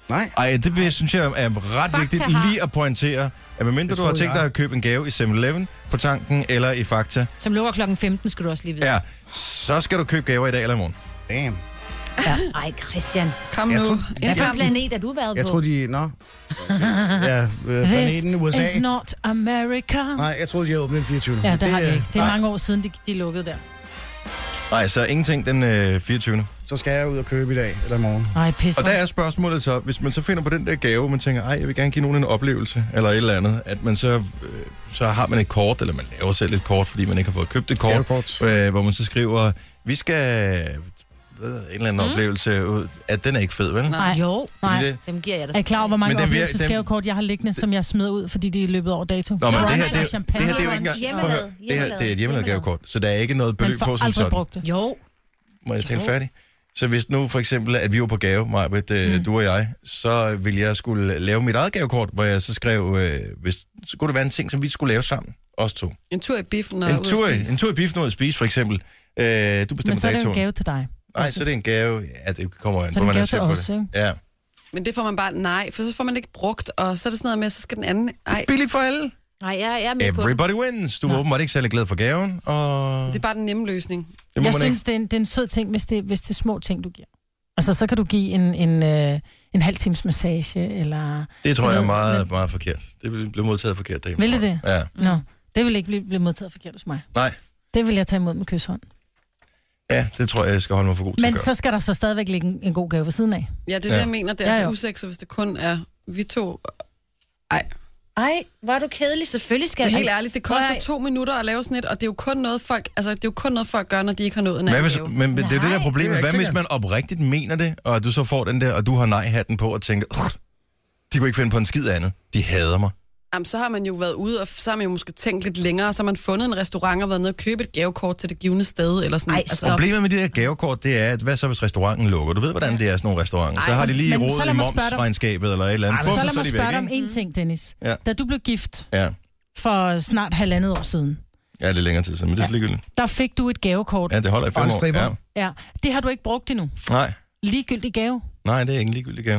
Nej. Ej, det vil, synes jeg er ret Fakta vigtigt har- lige at pointere, at medmindre Det du har troede tænkt dig jeg. at købe en gave i seven eleven på tanken eller i Fakta, Som lukker klokken femten, skal du også lige vide. ja, så skal du købe gaver i dag eller i morgen. Damn. Ja. Ej, Christian. Kom Jeg nu. tror- Hvad for Indfør en den. planet er du været Jeg på? troede, de... Nå. Ja, øh, planeten U S A. This is not America. Nej, jeg troede, de havde åbnet den fireogtyvende Ja, det har de øh, ikke. Det er nej. mange år siden, de, de lukkede der. Nej, så ingenting den øh, fireogtyvende Så skal jeg ud og købe i dag eller i morgen. Nej, pisse. Og der er spørgsmålet så, hvis man så finder på den der gave, man tænker, ej, jeg vil gerne give nogen en oplevelse, eller et eller andet, at man så, øh, så har man et kort, eller man laver selv et kort, fordi man ikke har fået købt et kort, Gavekort. øh, hvor man så skriver, vi skal ved, en eller anden mm. oplevelse ud, at den er ikke fed, vel? Nej. Jo, Nej. Det, dem giver jeg Er dig. I klar over, hvor mange Men den vir- oplevelsesgavekort, jeg har liggende, som jeg smider ud, fordi de er løbet over dato? Nå, men det her, Brunch det, og er- champagne. det her, det er jo ikke engang... Hjemmelavet. Prøv at høre, Det, her, det er et hjemmelavet gavekort, så der er ikke noget Man beløb på får som aldrig sådan. brugt det. Jo. Må jeg tale færdig? Så hvis nu for eksempel, at vi var på gave, Majbrit, mm. du og jeg, så ville jeg skulle lave mit eget gavekort, hvor jeg så skrev, øh, hvis, så kunne det være en ting, som vi skulle lave sammen, os to. En tur i biffen og En ud at tur, i- spise. en tur i biffen ud at spise, for eksempel. Øh, du Men bestemmer så er det jo datoen. en gave til dig. Nej, så er det en gave. Ja, det kommer an Så er på, det en hvordan gave jeg ser til på os, det. ikke? Ja. Men det får man bare nej, for så får man det ikke brugt, og så er det sådan noget med, så skal den anden... Ej, Billigt for alle. Nej, jeg, jeg er med på det. Everybody wins. Du var åbenbart ikke særlig glad for gaven, og det er bare den nemme løsning. det må Jeg man synes, ikke. det er, en, det er en sød ting, hvis det, hvis det er små ting, du giver. Altså, så kan du give en, en, øh, en halv times massage, eller... Det tror du jeg er ved, meget, men- meget forkert. Det vil blive modtaget forkert derhjemme. Vil det det? Ja. Nå, det vil ikke blive, blive modtaget forkert hos mig. Nej. Det vil jeg tage imod med kyshånd. Ja, det tror jeg, jeg skal holde mig for god til Men at gøre. så skal der så stadigvæk ligge en, en god gave ved siden af. Ja, det er Ja. det, jeg mener. Det er Ja, ja, så jo. usekset, hvis det kun er vi to. Ej, Ej, var du kedelig? Selvfølgelig skal det er jeg. helt ærligt. Det koster Nej. to minutter at lave sådan et, og det er jo kun noget, folk, altså, det er jo kun noget, folk gør, når de ikke har nået en Hvad anden hvis, gave. men det er det der Nej, problem. det er Hvad ikke hvis sikkert. man oprigtigt mener det, og du så får den der, og du har nej-hatten på og tænker, "Ugh, de kunne ikke finde på en skid andet. De hader mig. Jamen, så har man jo været ude, og så har man jo måske tænkt lidt længere, og så har man fundet en restaurant og været nede og købe et gavekort til det givende sted, eller sådan. Ej, altså, stop. Problemet med de der gavekort, det er, at hvad så hvis restauranten lukker? Du ved, hvordan det er sådan nogle restauranter. Så Ej, har de lige men så råd lad i mig spørge dig- momsregnskabet eller et eller andet. Så Bum, lad så er mig de spørge dig væk, om ikke? en ting, Dennis. Ja. Da du blev gift Ja. for snart halvandet år siden, Ja, det er længere tid siden, men det er ligegyldigt. der fik du et gavekort. Ja, det holder i Og en fem år. stripper. Ja. Ja, det har du ikke brugt endnu. Nej, Ligegyldig gave. nej, det er ikke en ligegyldig gave.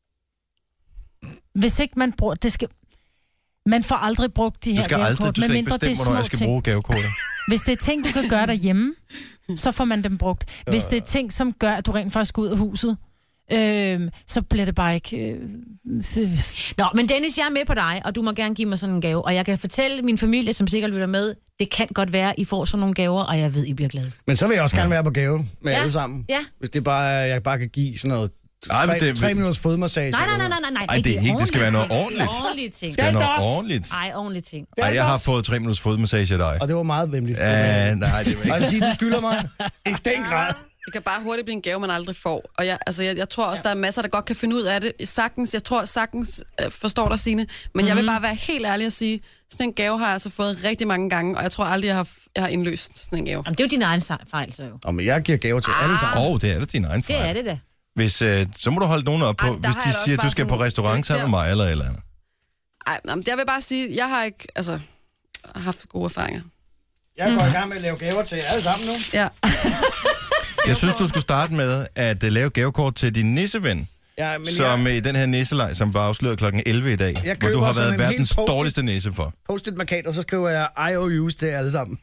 Hvis ikke man bruger... Det skal... Man får aldrig brugt de Du her skal aldrig, gavekort, du skal ikke medmindre det bestemme, er hvornår jeg små skal ting. bruge gavekortet. Hvis det er ting, du kan gøre derhjemme, så får man dem brugt. Hvis det er ting, som gør, at du rent faktisk går ud af huset, øh, så bliver det bare ikke... Øh, det- Nå, men Dennis, jeg er med på dig, og du må gerne give mig sådan en gave. Og jeg kan fortælle min familie, som sikkert lytter med, det kan godt være, I får sådan nogle gaver, og jeg ved, I bliver glade. Men så vil jeg også gerne være på gave med Ja. alle sammen. Ja. Hvis det bare er, jeg bare kan give sådan noget... Ej, men Tre, det- tre minutters fodmassage. Nej, nej, nej, nej, nej, nej. Ej, det er ikke- det skal være noget ordentligt. ordentligt. Ordentlige ting. Det er noget også. ordentligt. Ej, ordentlige ting. Ej, jeg har fået tre minutters fodmassage af dig. Og det var meget venligt. Ja, nej, det var Og ikke. jeg vil sige, du skylder mig i den grad. Det kan bare hurtigt blive en gave, man aldrig får. Og jeg, altså, jeg, jeg tror også, der er masser, der godt kan finde ud af det. Sagtens, jeg tror sagtens øh, forstår dig, Signe. Men mm-hmm. jeg vil bare være helt ærlig og sige, sådan en gave har jeg altså fået rigtig mange gange, og jeg tror aldrig, jeg har, jeg har indløst sådan en gave. Jamen, det er jo din egen sej- fejl, så jo. Og men jeg giver gaver til alle sammen. Åh, oh, det er da din egen Det fejl. er det da. Hvis, øh, så må du holde nogen op på, Ej, der hvis har de jeg da også siger, at du bare skal på sådan- restaurant det- sammen der- med mig eller et eller andet. Ej, nej, men jeg vil bare sige, jeg har ikke altså, haft gode erfaringer. Jeg går i gang med at lave gaver til alle sammen nu. Ja. Jeg synes, du skulle starte med at uh, lave gavekort til din nisseven, Ja, men som jeg i den her nisselej, som blev afsløret klokken elleve i dag, hvor du køber har sådan været en verdens hel post-it. dårligste nisse for. post-it markat, og så skriver jeg I O U's til alle sammen.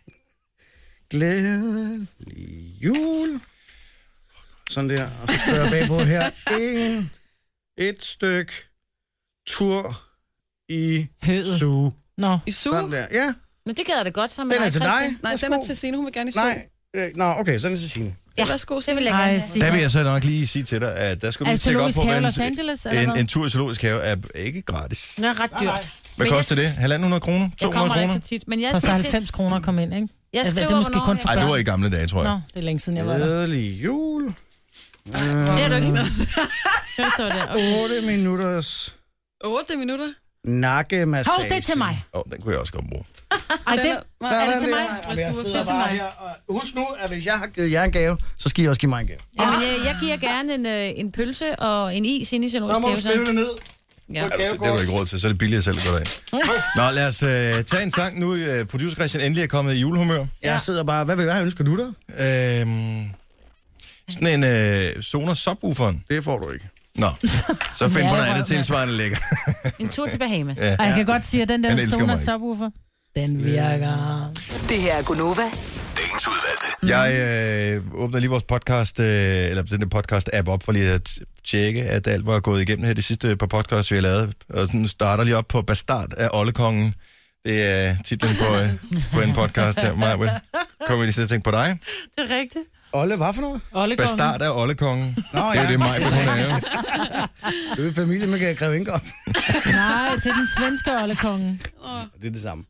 Glædelig jul. Sådan der. Og så skriver jeg bagpå her. En, et stykke tur i Høet. suge. Nå. I suge? Sådan der. Ja, Men det gad jeg da godt sammen med den er dig, til dig. Christian. Nej, den er til Signe, hun vil gerne i suge. Nej. Øh, Nå, okay, så er det til Signe. Ja, værsgo, Det Signe. vil jeg Ej, gerne have. Signe. Der vil jeg så nok lige sige til dig, at der skal du Er lige det tjekke op zoologisk på, have i hvad Los Angeles, eller en, hvad? en tur i zoologisk have er ikke gratis. Den er ret dyr. nej. Hvad Men koster det? halvanden hundrede kroner? Jeg to hundrede kommer kroner? ikke så tit, men jeg Koster siger til... halvfems kroner at komme ind, ikke? Jeg Altså, skriver, det er måske hvornår kun jeg- for Ej, det børn. var i gamle dage, tror jeg. Nå, det er længe siden, jeg var der. Glædelig jul. Det er du ikke noget. Det står der. Okay. otte minutters otte minutter? nakkemassage. Hov, det er til mig. Åh, oh, den kunne jeg også godt bruge. Ej, det, Så er det til mig? Jamen, jeg sidder bare her. Og husk nu, at hvis jeg har givet jer en gave, så skal I også give mig en gave. Jamen, jeg, jeg giver gerne en, øh, en pølse og en is ind i Så zoologisk må du have. skrive det ned. Ja. Er du, det har du ikke råd til, så er det billigt selv at gå derind. Nå, lad os uh, tage en sang nu. Uh, producer Christian endelig er kommet i julehumør. Jeg sidder bare, hvad vil jeg ønsker du der? Øhm, sådan en uh, Sonos subwooferen. Det får du ikke. Nå, så find Ja, på noget det var- andet tilsvarende lækker. En tur til Bahamas. Ja. Og jeg kan godt sige, at den Han der elsker Sonos mig ikke. subwoofer, den virker. Det her er Gunova. Dagens udvalgte. Jeg øh, åbner lige vores podcast, øh, eller den der podcast-app op, for lige at tjekke, at alt var gået igennem her de sidste par podcasts, vi har lavet. Og den starter lige op på Bastard af Ollekongen. Det er titlen på, øh, på en podcast her. Maja, kommer vi lige til at tænke på dig? Det er rigtigt. Olle, hvad for noget? Ollekongen. Bastard af Ollekongen. Nå, Det er ja. det, Maja, hun er jo. Det er familie med Greve Ingolf. Nej, det er den svenske Ollekongen. Det er det samme.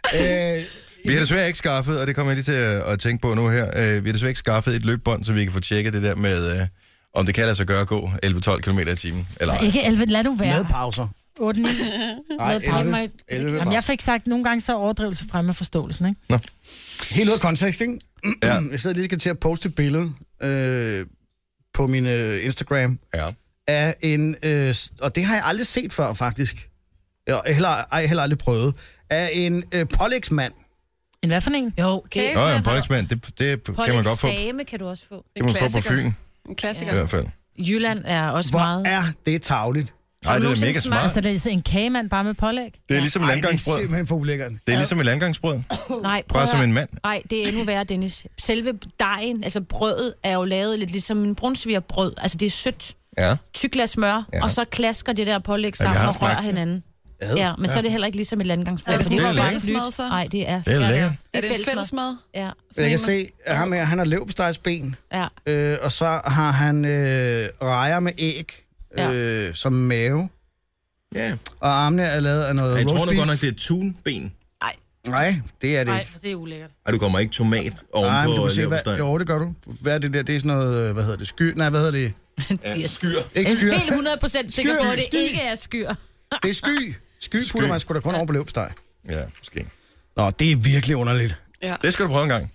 Øh, Vi har desværre ikke skaffet, og det kommer jeg lige til at, at tænke på nu her, øh, vi har desværre ikke skaffet et løbbånd, så vi kan få tjekket det der med, øh, om det kan lade sig gøre at gå elleve tolv kilometer i timen, eller ej. Ikke elleve, lad du med være. pauser. otte ni. Nej, Med pauser. elleve. elleve Jamen, jeg fik sagt, at nogle gange så er overdrivelse fremme af forståelsen, ikke? Helt ud af kontekst, ikke? Ja. Jeg sidder lige skal til at poste et billede øh, på min øh, Instagram Ja. af en, øh, og det har jeg aldrig set før, faktisk. Jeg har heller, ej, heller aldrig prøvet. Af en øh, pålægsmand. En hvad for en? Jo, Okay. Nå ja, en pålægsmand, det, det kan man godt få, Pålægsdame kan du også få. det kan man få på Fyn, En klassiker. i hvert fald. Jylland er også Hvor meget... er det tarveligt? Nej, det er da nogensinde mega smagt- smart. Altså, det er en kagemand bare med pålæg. Det er ligesom et Ej, det er landgangsbrød. simpelthen for ulækkert. Det er ligesom et landgangsbrød. Nej, prøv Bare at som høre. en mand. Nej, det er endnu værre, Dennis. Selve dejen, altså brødet, er jo lavet lidt ligesom en brunsvigerbrød. Altså det er sødt, Ja. tyk glas smør, Ja. ja. og så klasker det der pålæg jeg sammen har og smagt rører det. hinanden. Ja, men så er det heller ikke ligesom et landgangsbrød. Er det for sådan Det er en lækkert. fællesmad, så? Nej, det er... Det er lækkert. Er det en fællesmad. fællesmad? Ja, Jeg kan se, at ham her, han har leverpostejsben, ja. øh, og så har han øh, rejer med æg øh, som mave, Ja. og armene er lavet af noget Jeg tror nu roastbeef. godt nok, det er tunben. Nej, det er det Nej, ikke. det er ulækkert. Ej, du kommer ikke tomat Nej, men ovenpå du kan se, hvad, leverpostej. jo, det gør du. Hvad er det der? Det er sådan noget, øh, hvad hedder det, skyr? Nej, hvad hedder det? Ja, skyr. Ikke Jeg skyr. er helt hundrede procent sikker Skyr, på, at det skyr. ikke er skyr. Det er sky. Sky Sky. putter man sgu da kun over på leverpostej. Ja, måske. Nå, det er virkelig underligt. Ja. Det skal du prøve en gang.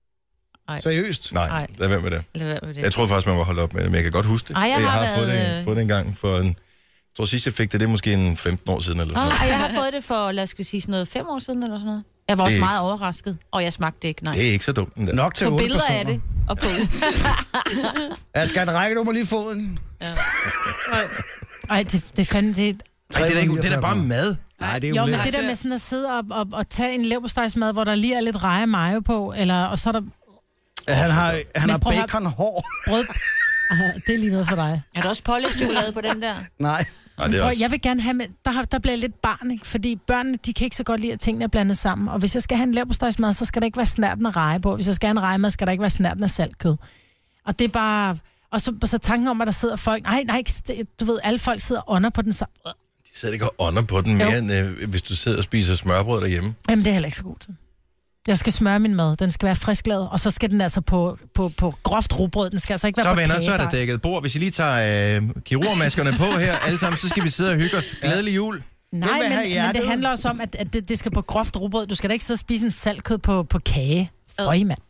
Seriøst. Nej, Nej. lad være med det. Lad være med det. Jeg troede faktisk, man var holdt op med det, men jeg kan godt huske det. Ej, jeg har fået, været, det, øh, fået det en gang for en... Jeg tror sidst, jeg fik det, det er måske en femten år siden eller sådan Ah, noget. og jeg har fået det for, lad os sige, sådan noget fem år siden eller sådan noget. Jeg var Det også er meget ikke- overrasket, og jeg smagte det ikke, nej. Det er ikke så dumt, den der. Nok til På otte billeder personer. af det, og på. Jeg skal have række, du må lige foden. Ej, det, det fandt det. Ej, det er, da ikke, det er da bare mad. Nej, det er Jo, men ulækkert. det der med sådan at sidde og, og, og tage en leverpostejsmad, hvor der lige er lidt reje mayo på, eller, og så er der Han har, han Men har prøv at høre- baconhår. brød. Ej, det er lige noget for dig. Er der også pålægtschokolade på den der? Nej. Nej, det er Prøv, også... jeg vil gerne have med, der, har, der bliver jeg lidt barn, ikke? Fordi børnene, de kan ikke så godt lide, at tingene er blandet sammen. Og hvis jeg skal have en leverpostejsmad, så skal der ikke være snærten af reje på. Hvis jeg skal have en rejemad, skal der ikke være snærten af saltkød. Og det er bare... Og så, så tanken om, at der sidder folk... Nej, nej, du ved, alle folk sidder under på den samme... De sidder ikke og ånder på den mere, end øh, hvis du sidder og spiser smørbrød derhjemme. Jamen, det er heller ikke så godt. Jeg skal smøre min mad. Den skal være frisklavet, og så skal den altså på, på, på groft rugbrød. Den skal altså ikke være Så på venner, så er der kagedej. dækket bord. Hvis I lige tager øh, kirurgmaskerne på her, alle sammen, så skal vi sidde og hygge os. Glædelig jul. Nej, vil men, have men hjertet. det handler også om, at, at det, det skal på groft rugbrød. Du skal da ikke sidde og spise en saltkød på, på kage. Føj, mand.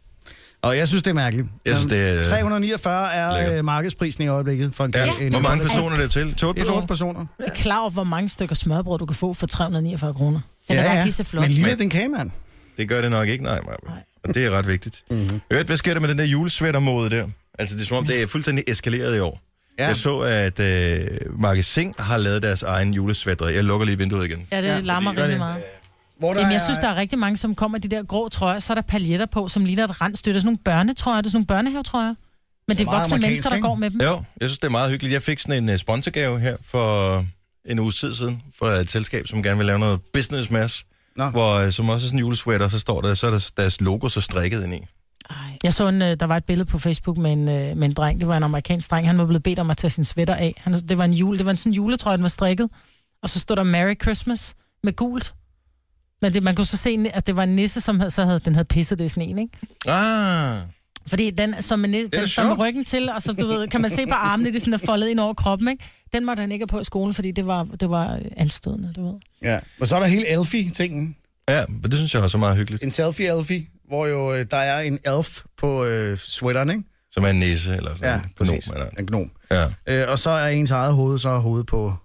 Og jeg synes, det er mærkeligt. Jeg synes, det er- tre hundrede niogfyrre er Lækkert. øh, markedsprisen i øjeblikket for en Ja. en- Hvor en- mange personer er det til? To Det er otte personer. Jeg er klar over, hvor mange stykker smørbrød, du kan få for tre hundrede og niogfyrre kroner. Den er bare lige så flot. Men lige den kage, mand. Det gør det nok ikke, nej, Maja. Og det er ret vigtigt. Mm-hmm. Hørte, hvad sker der med den der julesvættermode der? Altså, det er som om, det er fuldstændig eskaleret i år. Ja. Ja. Jeg så, at øh, Magasin har lavet deres egen julesvætter. Jeg lukker lige vinduet igen. Ja, det Ja, ja, larmer fordi- rigtig meget. Hvor der Jamen, jeg er- synes, der er rigtig mange, som kommer i de der grå trøjer, så er der paljetter på, som ligner et rensdyr. Det er sådan nogle børnetrøjer, det er sådan nogle børnehavetrøjer. Men det er meget voksne amerikansk, mennesker, der ikke? går med dem. Jo, jeg synes, det er meget hyggeligt. Jeg fik sådan en uh, sponsorgave her for en uges tid siden, for et selskab, som gerne vil lave noget business med os. Nå. Hvor, uh, som også er sådan en julesweater, så står der, så er der deres logo så strikket ind i. Ej. Jeg så en, øh, der var et billede på Facebook med en, øh, med en dreng. Det var en amerikansk dreng. Han var blevet bedt om at tage sin sweater af. Han, det var en jule, det var en sådan juletrøje, den var strikket. Og så stod der Merry Christmas med gult. Men det, man kunne så se, at det var en nisse, som havde, så havde, den havde pisset det i sneen, ikke? Ah, Fordi den, som en nisse, da den står med sjovt. ryggen til, og så du ved, kan man se på armene, det er sådan er foldet ind over kroppen, ikke? Den måtte han ikke have på i skolen, fordi det var, det var anstødende, du ved. Ja. Og så er der hele Elfie-tingen. ja, men det synes jeg også er meget hyggeligt. En selfie-Elfie, hvor jo øh, der er en elf på øh, sweateren, ikke? Som er en næse, eller sådan Ja, en gnom, præcis. eller... En gnom. Ja. Øh, og så er ens eget hoved, så er hovedet på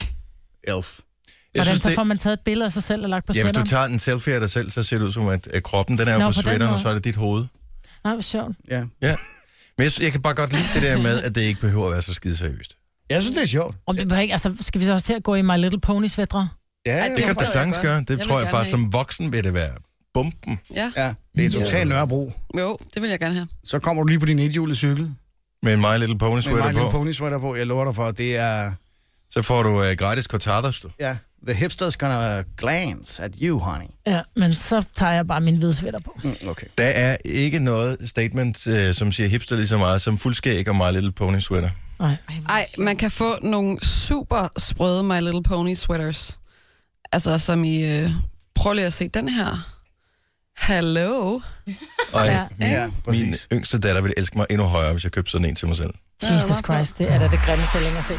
elf. Jeg Hvordan synes, så det, får man taget et billede af sig selv og lagt på ja, hvis du sweateren? tager en selfie af dig selv, så ser det ud som, at, at kroppen, den er jo Nå, på på den sweateren, og måde. så er det dit hoved. Nej, hvor sjovt. Ja. Ja. Men jeg, jeg kan bare godt lide det der med, at det ikke behøver at være så skide seriøst. Jeg synes, det er sjovt. Om det ikke, altså, skal vi så også til at gå i My Little Pony sweatre? Ja, Ej, Det kan forstår da jeg sagtens godt. gøre. Det Jeg vil tror jeg gerne faktisk, have. som voksen vil det være bomben. Ja, ja. Det er totalt Nørrebro. jo, det vil jeg gerne have. Så kommer du lige på din ethjulede cykel. Med en My Little Pony Med sweater My Little på. Pony sweater på. Jeg lover dig for, det er... Så får du uh, gratis cortados, du. Ja, the hipsters gonna glance at you, honey. Ja, men så tager jeg bare min hvide sweater på. Mm, okay. Der er ikke noget statement, uh, som siger hipster lige så meget som fuldskæg og My Little Pony sweater. Nej. Ej, man kan få nogle super sprøde My Little Pony sweaters. Altså, som i... Øh, prøv lige at se den her. Hello. Og Ja. min, Ja, min præcis. yngste datter ville elske mig endnu højere, hvis jeg købte sådan en til mig selv. Jesus Christ, det er da det grimmeste længe at se.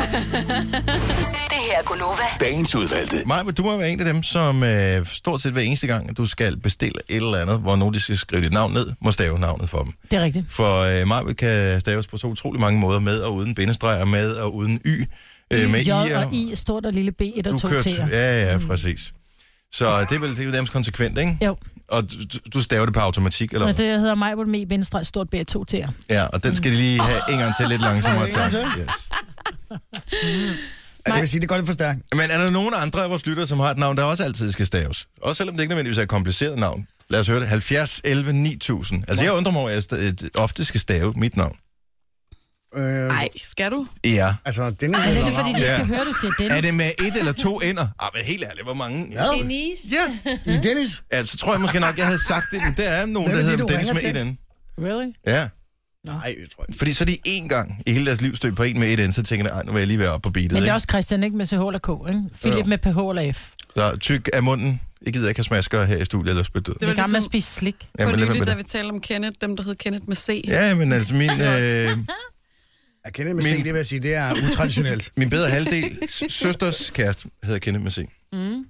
Det her er Gunova. Dagens udvalgte. Maja, du må være en af dem, som øh, stort set hver eneste gang, at du skal bestille et eller andet, hvor nogen de skal skrive dit navn ned, må stave navnet for dem. Det er rigtigt. For øh, Maja kan staves på så utrolig mange måder, med og uden bindestreger, med og uden y. Øh, med J i og I, stort og lille B, et og Du to kørte, T'er. ja, ja, præcis. Så det er vel, det er jo nærmest konsekvent, ikke? Jo, Og du, du staver det på automatik, eller og hvad? det hedder mig, hvor med bindestreg, stort B, to T'er. Ja, og den skal de lige have en gang til lidt langsommere. Ja, en gang Tak. til. Yes. Ja, det vil sige, det går lidt for stærkt. Men er der nogen andre af vores lyttere, som har et navn, der også altid skal staves? Også selvom det ikke nødvendigvis er et kompliceret navn. Lad os høre det. halvfjerds elleve ni tusind. Altså, jeg undrer mig over, at jeg sta- ofte skal stave mit navn. Øh, Ej, skal du? Ja. altså, den er... Men er det fordi, de ikke Ja. kan høre, du siger Er Dennis? det med et eller to ender? Ah, men helt ærligt, hvor mange? Ja, Denise. Ja. i Dennis. Altså, tror jeg måske nok, jeg havde sagt det, men der er nogen, Hvem der er det, hedder du Dennis ringer med et til? ende. Really? Ja. Nej, det tror jeg ikke. Fordi så er de én gang i hele deres liv stødt på en med et ende, så tænker jeg, "Ej, nu vil jeg lige være oppe på beatet. Men det er Ikke? også Christian, ikke med C H eller K, ikke? Philip Jo. med P H eller F. Så tyk af munden. Jeg gider ikke have smasker her i studiet, eller spytte ud. Det er var gammel med at ligesom spise slik. På Jamen, lad være nylig, med da det. vi talte om Kenneth, dem der hed Kenneth med C. Ja, men altså min, øh, Jeg kender med Min- C, det vil jeg sige, det er utraditionelt. min bedre halvdel, s- søsters kæreste, hedder Kenneth med C. Mm.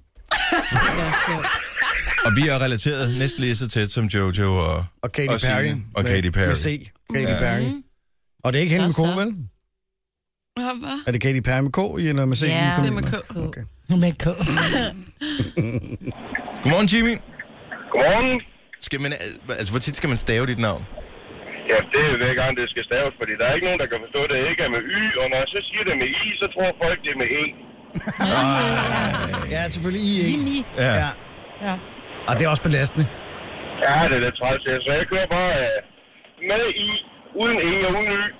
Og vi er relateret næsten lige så tæt som Jojo og, Og Katy og Signe Perry. og med- Katy Perry. Med C. Katy Ja. Perry. Og det er ikke hende med K, Så, så. vel? Ja, hvad? Er det Katy Perry med K, I eller med C? Ja, i Det er familien? med K. Okay. Med K. Godmorgen, Jimmy. Godmorgen. Skal man, altså, hvor tit skal man stave dit navn? Ja, det er hver gang, det skal staves, fordi der er ikke nogen, der kan forstå, at det ikke er med Y, og når jeg så siger det med I, så tror folk, det er med E. Ja, selvfølgelig I ikke. Jimmy. Ja. Ja. Ja. Og det er også belastende. Ja, det er lidt træls, ja. Så jeg kører bare uh, med I, uden E og uden Y.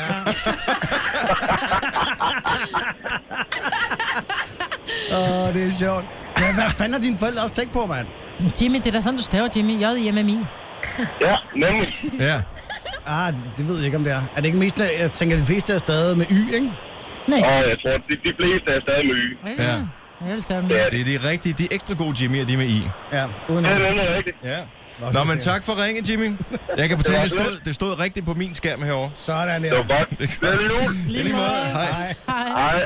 Åh, det er sjovt. Men hvad fanden har dine forældre også tænkt på, mand? Jimmy, det er da sådan, du staver Jimmy. J I M M I. Ja, nemlig. Ja. Ah, det, det ved jeg ikke, om det er. Er det ikke mest, jeg tænker, at de fleste er stadig med Y, ikke? Nej. Og jeg tror, de, de fleste er stadig med Y. Ja. Jeg vil stave den Det med. er, Det er de rigtige, de ekstra gode Jimmy, og de er med I. Ja, uden det at... er nemlig rigtigt. Ja. Nå, Nå, så men det er- tak for ringe, Jimmy. Jeg kan fortælle, det stod, det stod rigtigt på min skærm herovre. Sådan Det der. var godt. Det Det er jul. I lige måde. Hej. Hej. Hej.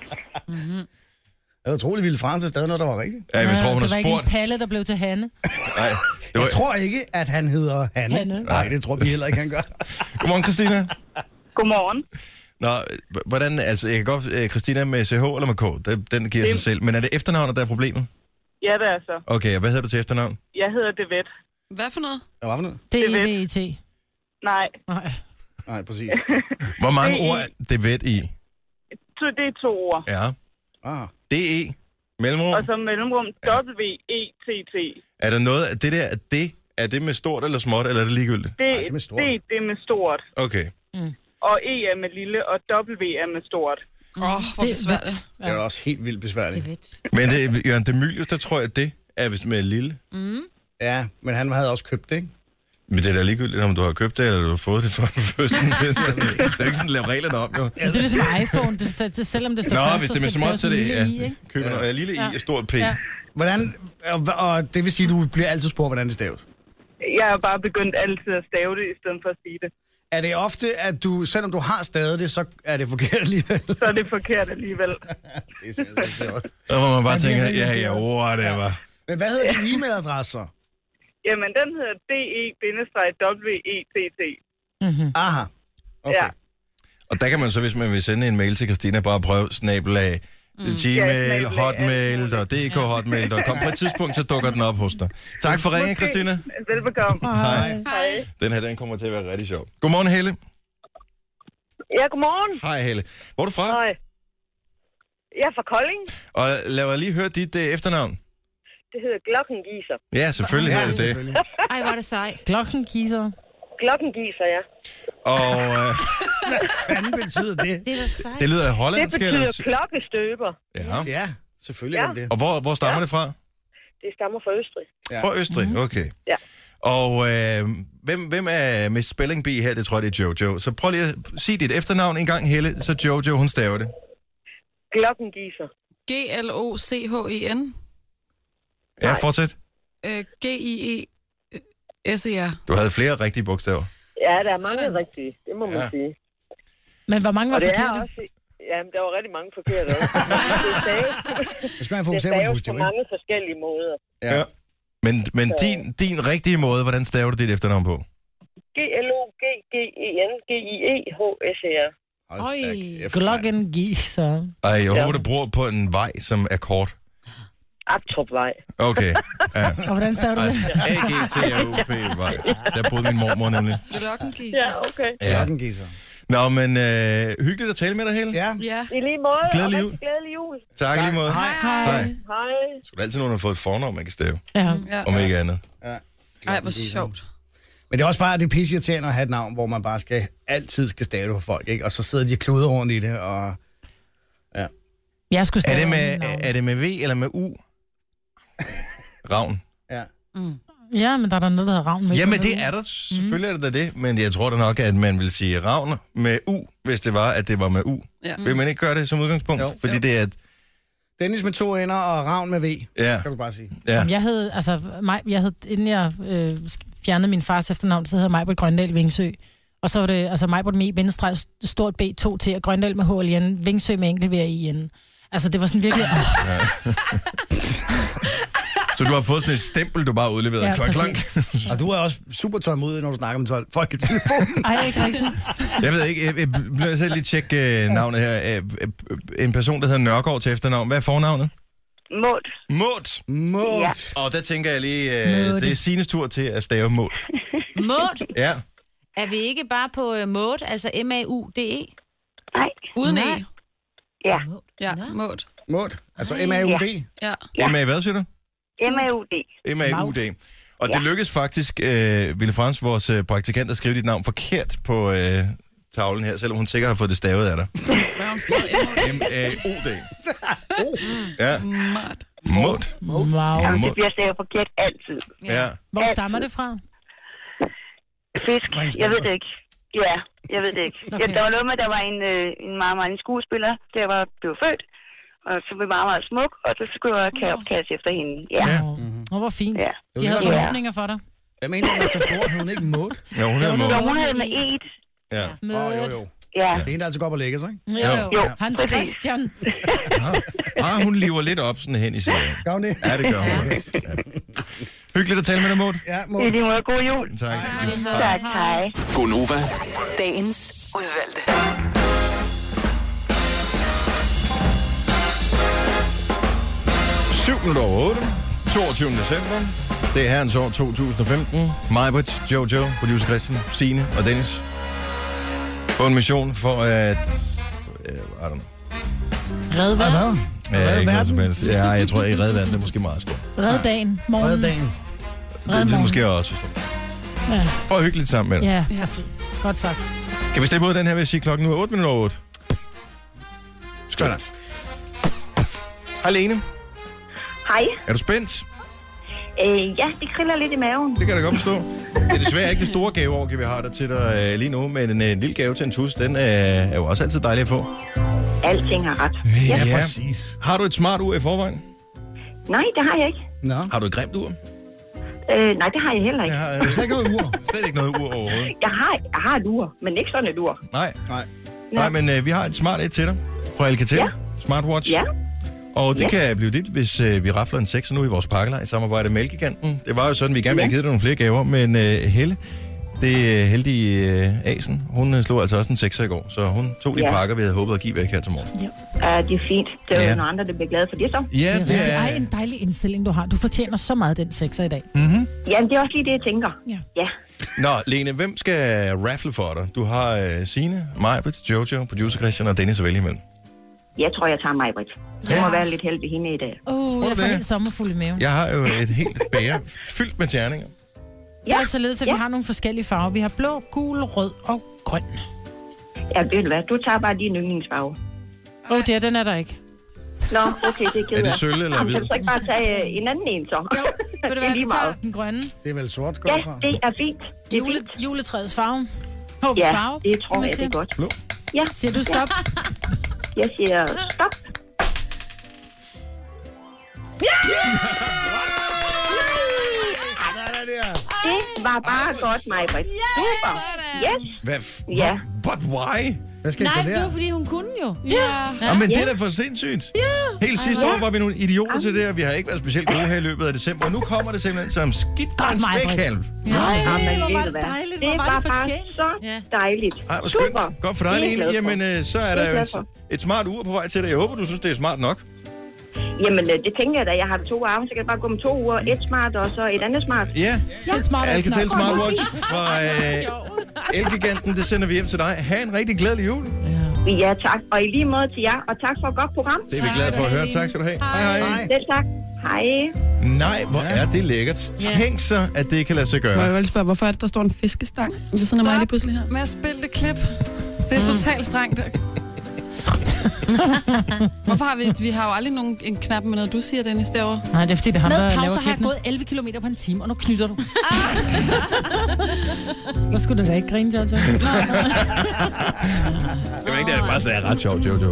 Det var utroligt, Ville Frans er stadig noget, der var rigtigt. Ja, men jeg tror, hun det har var ikke en spurgt. palle, der blev til Hanne. Nej, det var... Jeg tror ikke, at han hedder Hanne. Hanne. Nej, det tror vi heller ikke, han gør. Godmorgen, Christina. Godmorgen. Nå, h- hvordan, altså, jeg kan godt, øh, Christina med C H eller med K, den, den giver sig selv. Men er det efternavnet, der er problemet? Ja, det er så. Okay, og hvad hedder du til efternavn? Jeg hedder Devet. Hvad for noget? Hvad var for noget? D E Det V ved- E T. Nej, Nej. Nej, præcis. Hvor mange D E. ord er det ved i? så det er to ord. Ja. Ah. D E. Mellemrum. Og så mellemrum W E T T. Er der noget af det der, at det, er det med stort eller småt, eller er det ligegyldigt? Det, det er med stort. det, det er med stort. Okay. Og E er med lille, og W er med stort. Åh, oh, hvor Det er besværligt. Det er da også helt vildt besværligt. Men det, Jørgen Demilius, der tror jeg, at det er vist med lille. Ja, men han havde også købt det, ikke? Men det er da ligegyldigt, om du har købt det, eller du har fået det fra fødslen. Det, det, det er jo ikke sådan, at lave reglerne om, jo. Men det er ligesom iPhone, det, det, det, selvom det står Nå, først, hvis så det er med skal småt, så er det lille ja. i, ikke? Køber noget. Ja, lille i Ja. og stort P. Ja. Hvordan, og, og det vil sige, at du bliver altid spurgt, hvordan det staves. Jeg er bare begyndt altid at stave det, i stedet for at sige det. Er det ofte, at du, selvom du har stavet det, så er det forkert alligevel? Så er det forkert alligevel. Det er simpelthen så sjovt. Der må man bare Ja, det er tænke, så ja, ja, irriterende. whatever. Men hvad hedder din e-mailadresse så? Jamen, den hedder D E W E T T. Aha. Okay. Ja. Og der kan man så, hvis man vil sende en mail til Christina, bare prøve snabelag, mm. Gmail, Ja, snabelag, Hotmail, alt og D K Hotmail, der kom på et tidspunkt, så dukker den op hos dig. Tak for ringen, Christina. Velbekomme. Hej. Hej. Den her, den kommer til at være rigtig sjov. Godmorgen, Helle. Ja, godmorgen. Hej, Helle. Hvor er du fra? Hej. Jeg er fra Kolding. Og lad mig lige høre dit uh, efternavn. Det hedder Glockengiser. Ja, selvfølgelig Ja, hedder det det. selvfølgelig. Ej, hvor er det sejt. Glockengiser. Glockengiser, ja. Og uh, Hvad fanden betyder det? Det er da sejt. det lyder Det hollandsk, betyder eller? klokkestøber. Ja. Ja, selvfølgelig Ja. er det det. Og hvor, hvor stammer Ja. det fra? Det stammer fra Østrig. Ja. Fra Østrig, okay. Ja. Og øh, hvem, hvem er Miss Spelling Bee her? Det tror jeg, det er Jojo. Så prøv lige at sige dit efternavn en gang, Helle, så Jojo, hun staver det. Glockengiser. G L O C H E N. Ja, Nej. fortsæt. Øh, G I E S E R. Du havde flere rigtige bogstaver. Ja, der er mange rigtige. Det må man Ja. sige. Men hvor mange var Og det er forkerte? også... Jamen, der var rigtig mange forkerte også. Det staves, Nu skal man det fokusere på det staves på positive, ikke? mange forskellige måder. Ja. ja. Men, men din, din rigtige måde, hvordan staver du dit efternavn på? G L O G G E N G I E H S E R. Hold Øj. da kæft, mand. Glockengiser. Ej, jeg Ja. håber, du bruger på en vej, som er kort. Agtrupvej. Okay. Ja. Og hvordan staver du det? A G T R U P vej. Der boede min mormor nemlig. Glockengiser. Ja, okay. Ja. Glockengiser. Nå, men øh, hyggeligt at tale med dig, Helle. Ja. Ja. I lige måde. Glædelig og jul. rigtig glædelig jul. Tak i lige måde. Hej. Hej. Hej. Hej. Skulle altid nogen have fået et fornavn, man kan stave. Ja. Ja. Om ikke andet. Ja. Ej, hvor sjovt. Men det er også bare, det er pisseirriterende at have et navn, hvor man bare skal, altid skal stave det for folk, ikke? Og så sidder de og kluder rundt i det, og... Jeg skulle Er stave det, mit med, navn. er det med V eller med U? Ravn. Ja. Ja, men der er der noget, der hedder Ravn med. Jamen, det er der. Selvfølgelig er det da det. Men jeg tror da nok, at man vil sige Ravn med U, hvis det var, at det var med U. Ja. Vil man ikke gøre det som udgangspunkt? Jo. Fordi Jo. det er... et- Dennis med to ender og Ravn med V, Ja, kan du bare sige. ja. Jamen, jeg havde, altså, mig, jeg havde, inden jeg øh, fjernede min fars efternavn, så hed jeg Majbert Grøndal Vingsø. Og så var det, altså, Majbert med bindestreg, stort B, to T, og Grøndal med H L I N, Vingsø med enkelt V I N. Altså, det var sådan virkelig... Så du har fået sådan et stempel, du bare udleverede. Ja, Klonk, klonk. Og du er også super tålmodig, når du snakker med tolv folk i telefonen. Ej, ikke rigtigt. Jeg ved ikke, jeg, jeg bliver selv lige tjekke uh, navnet her. Uh, uh, en person, der hedder Nørgaard til efternavn. Hvad er fornavnet? Måt. Måt. Måt. Ja. Og der tænker jeg lige, uh, Måt. det er Sines tur til at stave måt. Måt. Ja. Er vi ikke bare på uh, Måt, altså M A U D E? Nej. Uden Nej. E. Ja. Ja, måt. Måt. Altså M A U D. Ja. Ja. M A hvad siger du? M A U D. M A U D. Og det lykkedes faktisk, øh, Ville Frans, vores øh, praktikant, at skrive dit navn forkert på øh, tavlen her, selvom hun sikkert har fået det stavet af dig. Hvad har hun skrevet? M A U D. Ja. Måt. Måt. Wow. Jamen, Måt. det bliver stavet forkert altid. Ja. Hvor stammer det fra? Fisk. Jeg ved det ikke. Ja, jeg ved det ikke. Okay. Okay. Ja, der var noget med, at der var en, øh, en meget, meget en skuespiller, der var blev født. Og så var meget, meget smuk, og så skulle jeg have opkast efter hende. Ja. Ja. Åh, hvor fint. Ja. De havde Ja. forhåbninger for dig. Jeg mener, at Matador hed hun ikke Måt. Ja, hun hedder Så Måt. hun havde med et. Ja. Med... Åh, jo, jo. Ja. Det er hende, der altid går op og lægger sig, ikke? Jo, Jo. jo. Jo, Hans præcis. Christian. Ah, hun lever lidt op sådan hen i serien. Gør hun det? Ja, det gør hun. Ja. Hyggeligt at tale med dig, Måt. Ja, I Måt. lige måde, god jul. Tak. Tak, hej. Gonova. Dagens udvalgte. syv minutter over otte. toogtyvende december. Det er herrens år to tusind og femten. Majbrit, Jojo, producer Christian, Signe og Dennis. På en mission for at... Uh, I don't know. Red hvad? Hvad? Ja, ikke noget verden? som helst. Ja, jeg tror, at i redde verden det er måske meget stort. Red dagen. Morgen. Redde dagen. Det er morgen. måske også stort. Ja. For hyggeligt sammen med dig. Ja, præcis. Godt sagt. Kan vi slippe ud af den her ved at sige klokken nu er otte minutter over otte? Skønt. Sådan. Hej Lene. Hej. Er du spændt? Øh, ja, det kriller lidt i maven. Det kan jeg da godt forstå. Det er desværre ikke det store gaveår, vi har der til dig øh, lige nu, men en, en lille gave til en tus, den øh, er jo også altid dejlig at få. Alting har ret. Ja, præcis. Har du et smart ur i forvejen? Nej, det har jeg ikke. Nå. Har du et grimt ur? Øh, nej, det har jeg heller ikke. Jeg har Der er slet ikke noget ur. slet ikke noget ur overhovedet. Jeg har, jeg har et ur, men ikke sådan et ur. Nej, Nej. nej, men øh, vi har et smart et til dig fra Alcatel. Ja. Smartwatch. Ja. Og det Ja. kan blive dit, hvis øh, vi rafler en sekser nu i vores pakkelej i samarbejde med Mælkegiganten. Det var jo sådan, vi gerne ville have givet dig nogle flere gaver, men øh, Helle, det er heldige øh, Asen, hun øh, slog altså også en sekser i går, så hun tog de Ja. pakker, vi havde håbet at give væk her til morgen. Ja, det er fint. Det er jo Ja. nogle andre, der bliver glade for det så. Ja, Det er, det det er er... en dejlig indstilling, du har. Du fortjener så meget den sekser i dag. Mm-hmm. Jamen, det er også lige det, jeg tænker. Ja. ja. Nå, Lene, hvem skal raffle for dig? Du har uh, Signe, Majbrit, Jojo, producer Christian og Dennis at vælge imellem. Jeg tror, jeg tager mig, Britt. Jeg må være lidt heldig hende i dag. Åh, oh, jeg får helt sommerfuld i maven. Jeg har jo et helt bære fyldt med terninger. Ja, det er således, at ja. vi har nogle forskellige farver. Vi har blå, gul, rød og grøn. Ja, ved du hvad? Du tager bare din yndlingsfarve. Åh, oh, det er, den er der ikke. Nå, okay, det er ked. Er det sølv eller hvid? Kan du så ikke bare tage en anden en, så? Jo, ved du hvad, vi tager den grønne. Det er vel sort, ja, det er fint. Det er Jule, fint. Juletræets farve. Håbs ja, farve. det tror jeg, det er godt. Blå. Ja. Siger du stop? Jeg siger stop. Ja! Det var bare godt, Majbrit. Super. Yes. Hvad? Ja. But why? Hvad skal Nej, der? det var fordi, hun kunne jo. Ja. Ja. Ja, men det er da for sindssygt. Ja. Helt sidste år var vi nogle idioter til det, og vi har ikke været specielt gode her i løbet af december. Og nu kommer det simpelthen som skidt godt spækhalv. Ja. Nej, hvor var det dejligt. Det Hvor var var det bare fortjent. så dejligt. Ej, hvor skønt. Super. Godt for dig, Lene. Jamen, øh, så er der jo et, et smart ur på vej til dig. Jeg håber, du synes, det er smart nok. Jamen, det tænker jeg da. Jeg har to arme, så kan jeg bare gå med to uger. Et smart, og så et andet smart. Ja, ja. Et smart Alcatel Smartwatch fra øh, Elgiganten. Det sender vi hjem til dig. Ha' en rigtig glædelig jul. Ja. ja, tak. Og i lige måde til jer. Og tak for et godt program. Det er vi glade for at høre. Tak skal du have. Hej, hej. Selv tak. Hej. Nej, hvor er det lækkert. Tænk så, at det kan lade sig gøre. Må jeg vel spørge, hvorfor er det, der står en fiskestang ved siden af mig lige pludselig her? med at spille det klip. Det er totalt strengt. Hvorfor har vi... Vi har jo aldrig nogen en knap med noget, du siger, Dennis, derovre. Nej, det er fordi, det er ham, der laver pauser har jeg klippene. gået elleve kilometer på en time, og nu knytter du. Hvor skulle du da ikke grine, Jojo? Det var ikke det, jeg faktisk er ret sjovt, Jojo.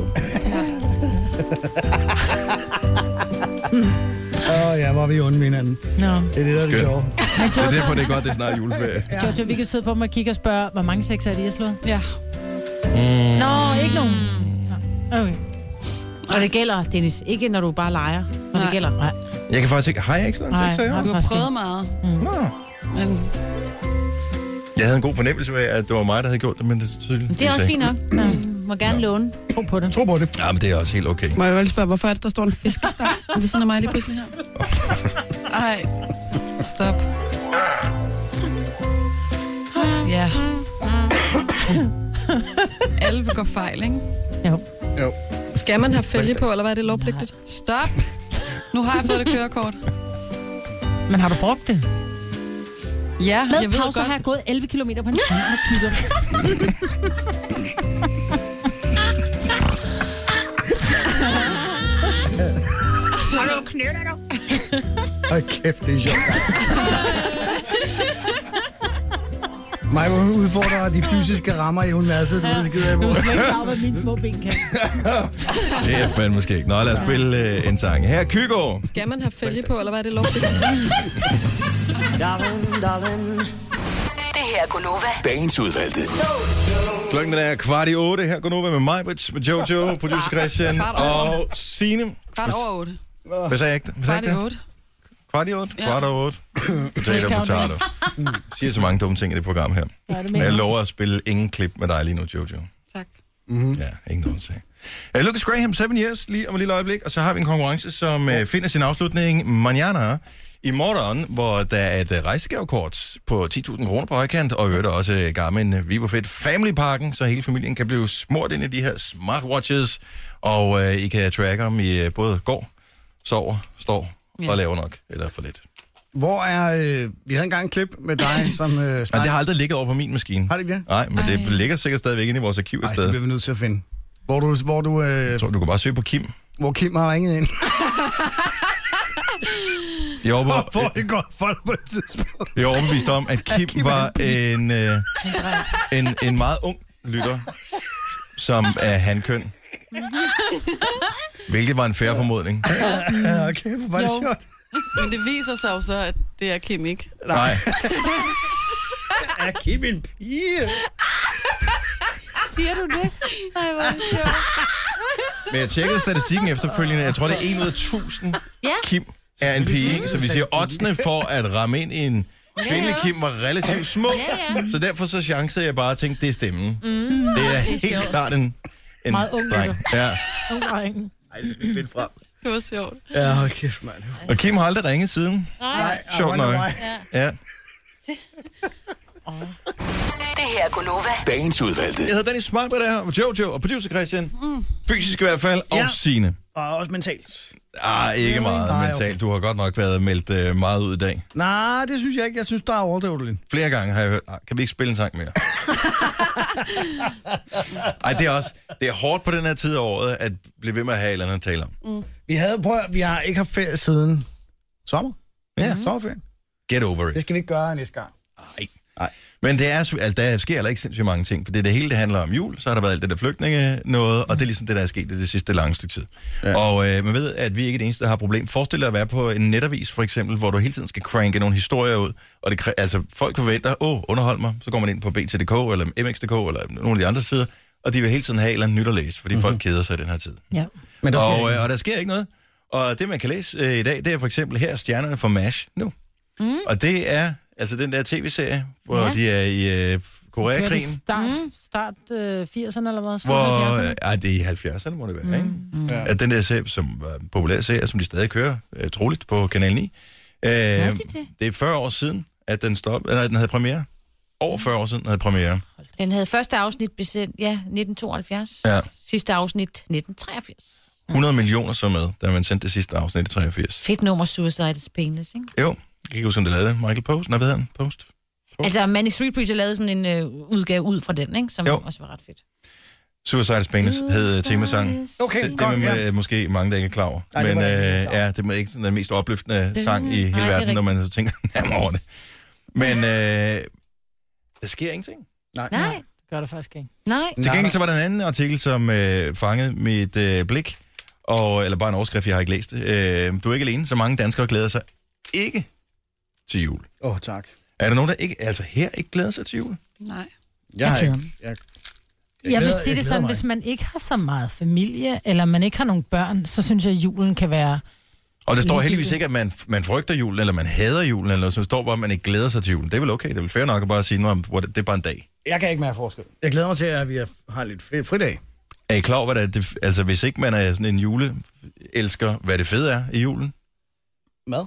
Åh oh, ja, hvor er vi onde med hinanden. Nå. Det er det, der er det sjove. Det er derfor, det er godt, det er snart juleferie. Ja. Jojo, vi kan sidde på mig og kigge og spørge, hvor mange sex er det, I har slået? Ja. Mm. Nå, ikke nogen. Okay. Og det gælder, Dennis, ikke når du bare leger. Når Nej. det gælder. Nej. Jeg kan faktisk ikke... Har jeg ikke sådan en sex, Du har prøvet meget. Mm. Nå. Men Jeg havde en god fornemmelse af, at det var mig, der havde gjort det, men det er tydeligt. Det er også fint nok. Man må gerne låne. Tro på det. Tro på det. Ja, men det er også helt okay. Må jeg vel spørge, hvorfor er det, der står en fiskestang ved siden af mig lige pludselig her? ej, stop. Ja. Alle begår fejl, ikke? Jo. Jo. Skal man have fælge på, eller hvad er det lovpligtigt? Stop! Nu har jeg fået det kørekort. Men har du brugt det? Ja, Med jeg ved pauser godt. har jeg gået elleve kilometer på en time, og nu knytter du. Og nu knytter du. Hold kæft, det er sjovt. Mig, hvor hun udfordrer de fysiske rammer i universet, du ved skidt af på. Du er slet ikke klar, hvad mine små ben kan. Det er fandme måske ikke. Nå, lad os spille uh, en sang. Her, Kygo. Skal man have fælge på, eller hvad er det lovpligtigt? Det her er Gunova. Dagens udvalgte. Klokken er kvart i otte. Her går nu med mig, med Jojo, producer Christian Kvart over. og Signe. Kvart over otte. Hvad sagde jeg ikke? Hvad sagde Kvart jeg i ikke? otte. Kvart i otte? Ja. Kvart over otte. Potato, potato. Siger så mange dumme ting i det program her. Ja, det Men jeg lover at spille ingen klip med dig lige nu, Jojo. Tak. Mm-hmm. Ja, ingen noget at sige. Uh, Lucas Graham, seven years, lige om et lille øjeblik. Og så har vi en konkurrence, som uh, finder sin afslutning manana i morgen, hvor der er et uh, rejsegavekort på ti tusind kroner på højkant, og øvrigt også uh, Garmin Viberfit Family Parken, så hele familien kan blive smurt ind i de her smartwatches, og uh, I kan tracke dem i uh, både går, sover, står og laver nok, eller for lidt. Hvor er... Øh, vi havde engang en klip med dig, som øh, Men snakker... det har aldrig ligget over på min maskine. Har det ikke det? Nej, men Ej. det ligger sikkert stadigvæk inde i vores arkiv et Nej, sted. det bliver vi nødt til at finde. Hvor du... Hvor, du, øh, Jeg tror, du kan bare søge på Kim. hvor Kim har ringet ind. Jeg er Hvor, hvor det går folk på et tidspunkt. Jeg er overbevist om, at Kim var en, øh, en, en meget ung lytter, som er hankøn. Hvilket var en fair formodning. Ja, okay, hvor var det Jo. sjovt. Men det viser sig jo så, at det er Kim ikke. Nej. Er Kim en pige? Siger du det? Ej, hvor er det sjovt. Men jeg tjekkede statistikken efterfølgende. Jeg tror, det er en ud af tusind. Ja. Kim er en pige. Så vi siger, oddsene for at ramme ind i en kvindelig Kim var relativt små. Ja, ja. Så derfor så chancede jeg bare at tænke, det er stemmen. Mm. Det er helt sjovt. klart en, en Meget ung dreng. Ja. Ung dreng. Ej, det er fedt frem. Det var sjovt. Ja, hold kæft, mand. Og Kim har aldrig ringet siden. Nej. Sjovt nok. Ja. Ja. Det her er Gunova. Dagens udvalgte. Jeg hedder Dennis Smart, der og Jojo og producer Christian. Mm. Fysisk i hvert fald, og Ja. Signe. Og også mentalt. Ah, ikke meget Nej, mentalt. Du har godt nok været meldt øh, meget ud i dag. Nej, det synes jeg ikke. Jeg synes, der er overdrevet lidt. Flere gange har jeg hørt, ah, kan vi ikke spille en sang mere? Ej, det er også, det er hårdt på den her tid af året, at blive ved med at have et eller andet at tale om. Mm. Vi havde, prøv, vi har ikke haft ferie siden sommer. Ja. Mm. Sommerferien. Get over it. Det skal vi ikke gøre næste gang. Nej. Nej. Men det er, altså, der sker heller ikke sindssygt mange ting, for det, det hele det handler om jul, så har der været alt det der flygtninge noget, og det er ligesom det, der er sket det, det sidste lange stykke tid. Ja. Og øh, man ved, at vi ikke er det eneste, der har problem. Forestil dig at være på en netavis, for eksempel, hvor du hele tiden skal cranke nogle historier ud, og det, altså, folk forventer, åh, oh, underhold mig, så går man ind på B T punktum D K, eller M X punktum D K, eller nogle af de andre sider, og de vil hele tiden have et eller andet nyt at læse, fordi mm-hmm. folk keder sig i den her tid. Ja. Men der og, øh, og der sker ikke noget. Og det, man kan læse øh, i dag, det er for eksempel her, Stjernerne fra MASH nu. Mm. Og det er altså den der tv-serie, hvor ja. de er i øh, Koreakrigen. Start, start øh, firserne eller hvad? Hvor, ja, det er i halvfjerdserne, må det være, mm. ikke? Mm. Ja. At den der serie, som var en populær serie, som de stadig kører, øh, troligt på Kanal ni. Øh, det? det er fyrre år siden, at den stoppede, eller den havde premiere. Over fyrre år siden, den havde premiere. Den havde første afsnit besendt, ja, nitten tooghalvfjerds. Ja. Sidste afsnit, nitten treogfirs. hundrede millioner så med, da man sendte det sidste afsnit i treogfirs. Fedt nummer, Suicide is Painless, ikke? Jo, jeg kan ikke huske, om det lavede Michael Post. Nej, hvad hedder han? Post? Post? Altså, Manic Street Preacher lavede sådan en øh, udgave ud fra den, ikke? Som jo. Også var ret fedt. Suicide is Painless hed temasang. Okay, det, det godt, er ja. måske mange, der ikke er klar over. Nej, Men øh, ja, det er ikke den mest opløftende det, sang i hele nej, verden, når man så tænker nærmere over det. Men øh, der sker ingenting. Nej. Nej. Det gør det faktisk ikke. Nej. Til gengæld så var der en anden artikel, som øh, fangede mit øh, blik, og, eller bare en overskrift, jeg har ikke læst. Øh, du er ikke alene, så mange danskere glæder sig ikke til jul. Åh, oh, tak. Er der nogen, der ikke, altså her ikke glæder sig til jul? Nej. Jeg, har ikke. Jeg, jeg, jeg vil glæder, sige det sådan, hvis man ikke har så meget familie, eller man ikke har nogen børn, så synes jeg, at julen kan være... Og der står heldigvis ikke, at man, man frygter julen, eller man hader julen, eller noget, så det står bare, at man ikke glæder sig til julen. Det er vel okay, det er vel fair nok at bare sige, at det er bare en dag. jeg kan ikke mere forskel. Jeg glæder mig til, at vi har lidt fri, fridag. Er I klar over, hvad det er? Altså, hvis ikke man er sådan en juleelsker, hvad det fede er i julen? Mad?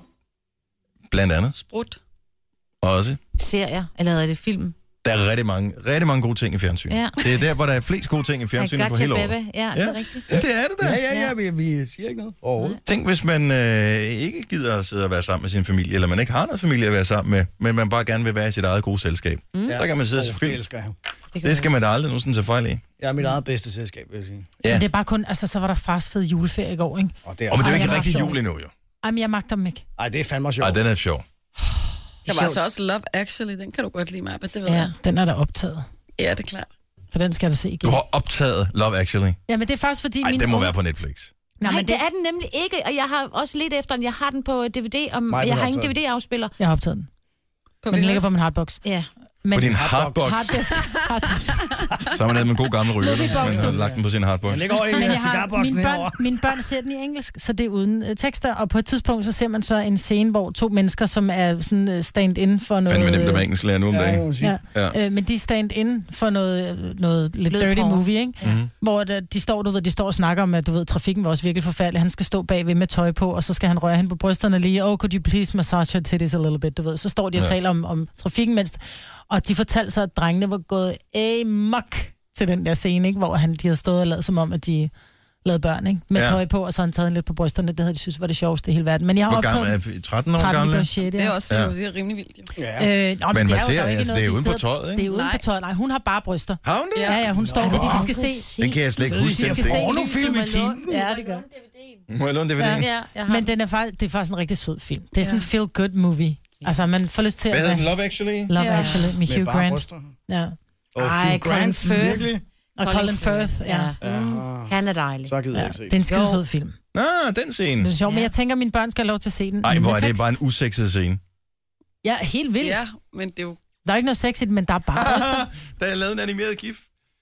Blandt andet. Sprut. Også. Serier, eller er det film? Der er rigtig mange, rigtig mange gode ting i fjernsyn. Ja. Det er der, hvor der er flest gode ting i fjernsynet på hele året. Ja, ja, det er rigtigt. Ja, det er det da. Ja, ja, ja, vi, vi siger ikke noget overhovedet. Tænk, hvis man øh, ikke gider at sidde og være sammen med sin familie, eller man ikke har noget familie at være sammen med, men man bare gerne vil være i sit eget gode selskab. Mm. Så kan man sidde og se film. Det elsker jeg. Det, det skal man da aldrig nogensinde tage fejl i. Jeg er mit eget bedste selskab, vil jeg sige. Ja. Men det er bare kun, altså så var der fastfed juleferie i går, ikke? Og det er, og men det er jo ikke Ej, rigtig sjov. jul endnu, jo. Jamen, jeg magter dem ikke. Ej, det er fandme sjovt. Ej, den er sjov. Der var altså også Love Actually, den kan du godt lide, Maja, det ved Ja, jeg. den er der optaget. Ja, det er klart. For den skal jeg da se igen. Du har optaget Love Actually. Ja, men det er faktisk fordi... Ej, min det må unge... være på Netflix. Nej, men det er den nemlig ikke, og jeg har også lidt efter den. Jeg har den på D V D, og Mig, jeg har har ingen D V optaget. D-afspiller. Jeg har optaget den. På Men den ligger V H S. på min hardbox. Ja. Men... På din hardbox. Harddisk. Harddisk. Så er man nede med en god gammel ryger, Moviebox, man har du. lagt den på sin hardbox. Den ligger over i Men uh, jeg har, cigarboksen mine, herovre. børn, mine børn ser den i engelsk, så det er uden uh, tekster, og på et tidspunkt så ser man så en scene, hvor to mennesker, som er sådan uh, stand-in for noget... Fandme nemt at være engelsklærer nu om Ja, det må dagen. man sige. Ja. Ja. Øh, men de er stand-in for noget, øh, noget lidt Blød dirty porno. movie, ikke? Mhm. Hvor der, de står, du ved, de står og snakker om, at du ved, trafikken var også virkelig forfærdelig. Han skal stå bagved med tøj på, og så skal han røre hende på brysterne lige. Oh, could you please massage her titties a little bit, du ved. Så står de og Ja. taler om, om trafikken, mens... Og de fortalte så, at drengene var gået amok til den der scene, ikke? Hvor han, de havde stået og lavet som om, at de lavede børn, ikke? Med Ja. ja. tøj på, og så har han taget lidt på brysterne. Det havde de synes var det sjoveste i hele verden. Men jeg har Hvor optaget... gammel er tretten år tretten gammel? år shit, Det er også Ja. ja. det er rimelig vildt, jo. Ja. Øh, nå, Men det man er jo- ser, der jo ikke altså, noget det er i uden på stedet- tøjet, ikke? Det er uden Nej. på tøjet. Nej, hun har bare bryster. Har hun det? Ja, ja, hun står, fordi de skal se... Den kan jeg slet ikke huske. De den skal scene. se Pornofilm i lyset. timen. Ja, det gør. Må jeg låne D V D'en? Ja, jeg har. Men den er faktisk, det er faktisk en rigtig sød film. Det er sådan en feel-good movie. Altså, man får lyst til Hvad at... hedder den? være- Love Actually? Love Ja. Actually, med Med Hugh bare Grant. bryster. Ja. Og Ej, Hugh Colin Grant, Firth. virkelig. Og Colin Firth, ja. Ja. Han er dejlig. Så gider jeg ja. ikke se Det er en skide sød film. Nå, den scene. Det er sjovt, men jeg tænker, at mine børn skal have lov til at se den. Ej, med hvor er det tekst. bare en usekset scene. Ja, helt vildt. Ja, men det er jo... Der er ikke noget sexigt, men der er bare bryster. Der er lavet en animeret gif,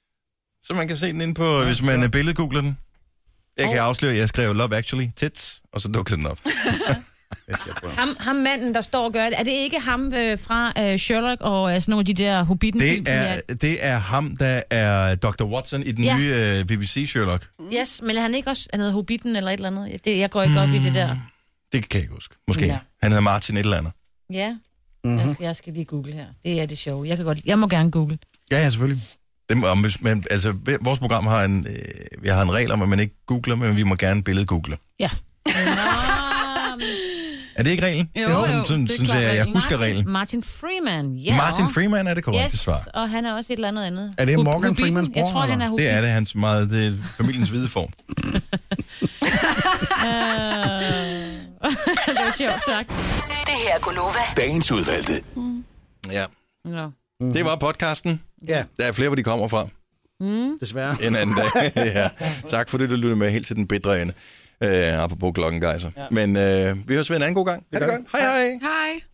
så man kan se den inde på, ja, hvis man billedgoogler den. Jeg kan afsløre, at jeg skrev Love Actually, tits, og så dukker den op. Det skal jeg prøve. Ham, ham manden, der står og gør det, er det ikke ham øh, fra øh, Sherlock og øh, sådan nogle af de der Hobbiten-film? Det er, det er ham, der er doktor Watson i den Ja. nye øh, B B C Sherlock. Yes, men er han ikke også, han hedder Hobbiten eller et eller andet? Det, jeg går ikke op i det der. Det kan jeg ikke huske. Måske. Ja. Han hedder Martin et eller andet. Ja. Mm-hmm. Jeg, skal, jeg skal lige google her. Det er det sjove. Jeg, kan godt, jeg må gerne google. Ja, ja, selvfølgelig. Det, om, hvis man, altså, vores program har en, øh, vi har en regel om, at man ikke googler, men vi må gerne billedgoogle. Ja. Er det ikke reglen? Jo, det er jo, sådan, sådan, det er synes klar jeg, jeg regel. husker reglen. Martin Freeman, ja. Martin Freeman er det korrekte yes, svar. og han er også et eller andet andet. Er det Hub- Morgan Hobbiten? Freemans bror, Jeg tror, han er eller? Hobbit. Det er det, hans meget, det er familiens hvide form. Det er sjovt sagt. Det her er Gunova. Dagens udvalgte. Ja. Ja. Det var podcasten. Ja, Der er flere, hvor de kommer fra. Mm. desværre. En anden dag. Ja. Tak for det, du lyttede med helt til den bedre ende. Uh, apropos klokken, gejser. Ja. Men uh, vi høres ved en anden god gang. Ha' det godt. Hej hej. Hej.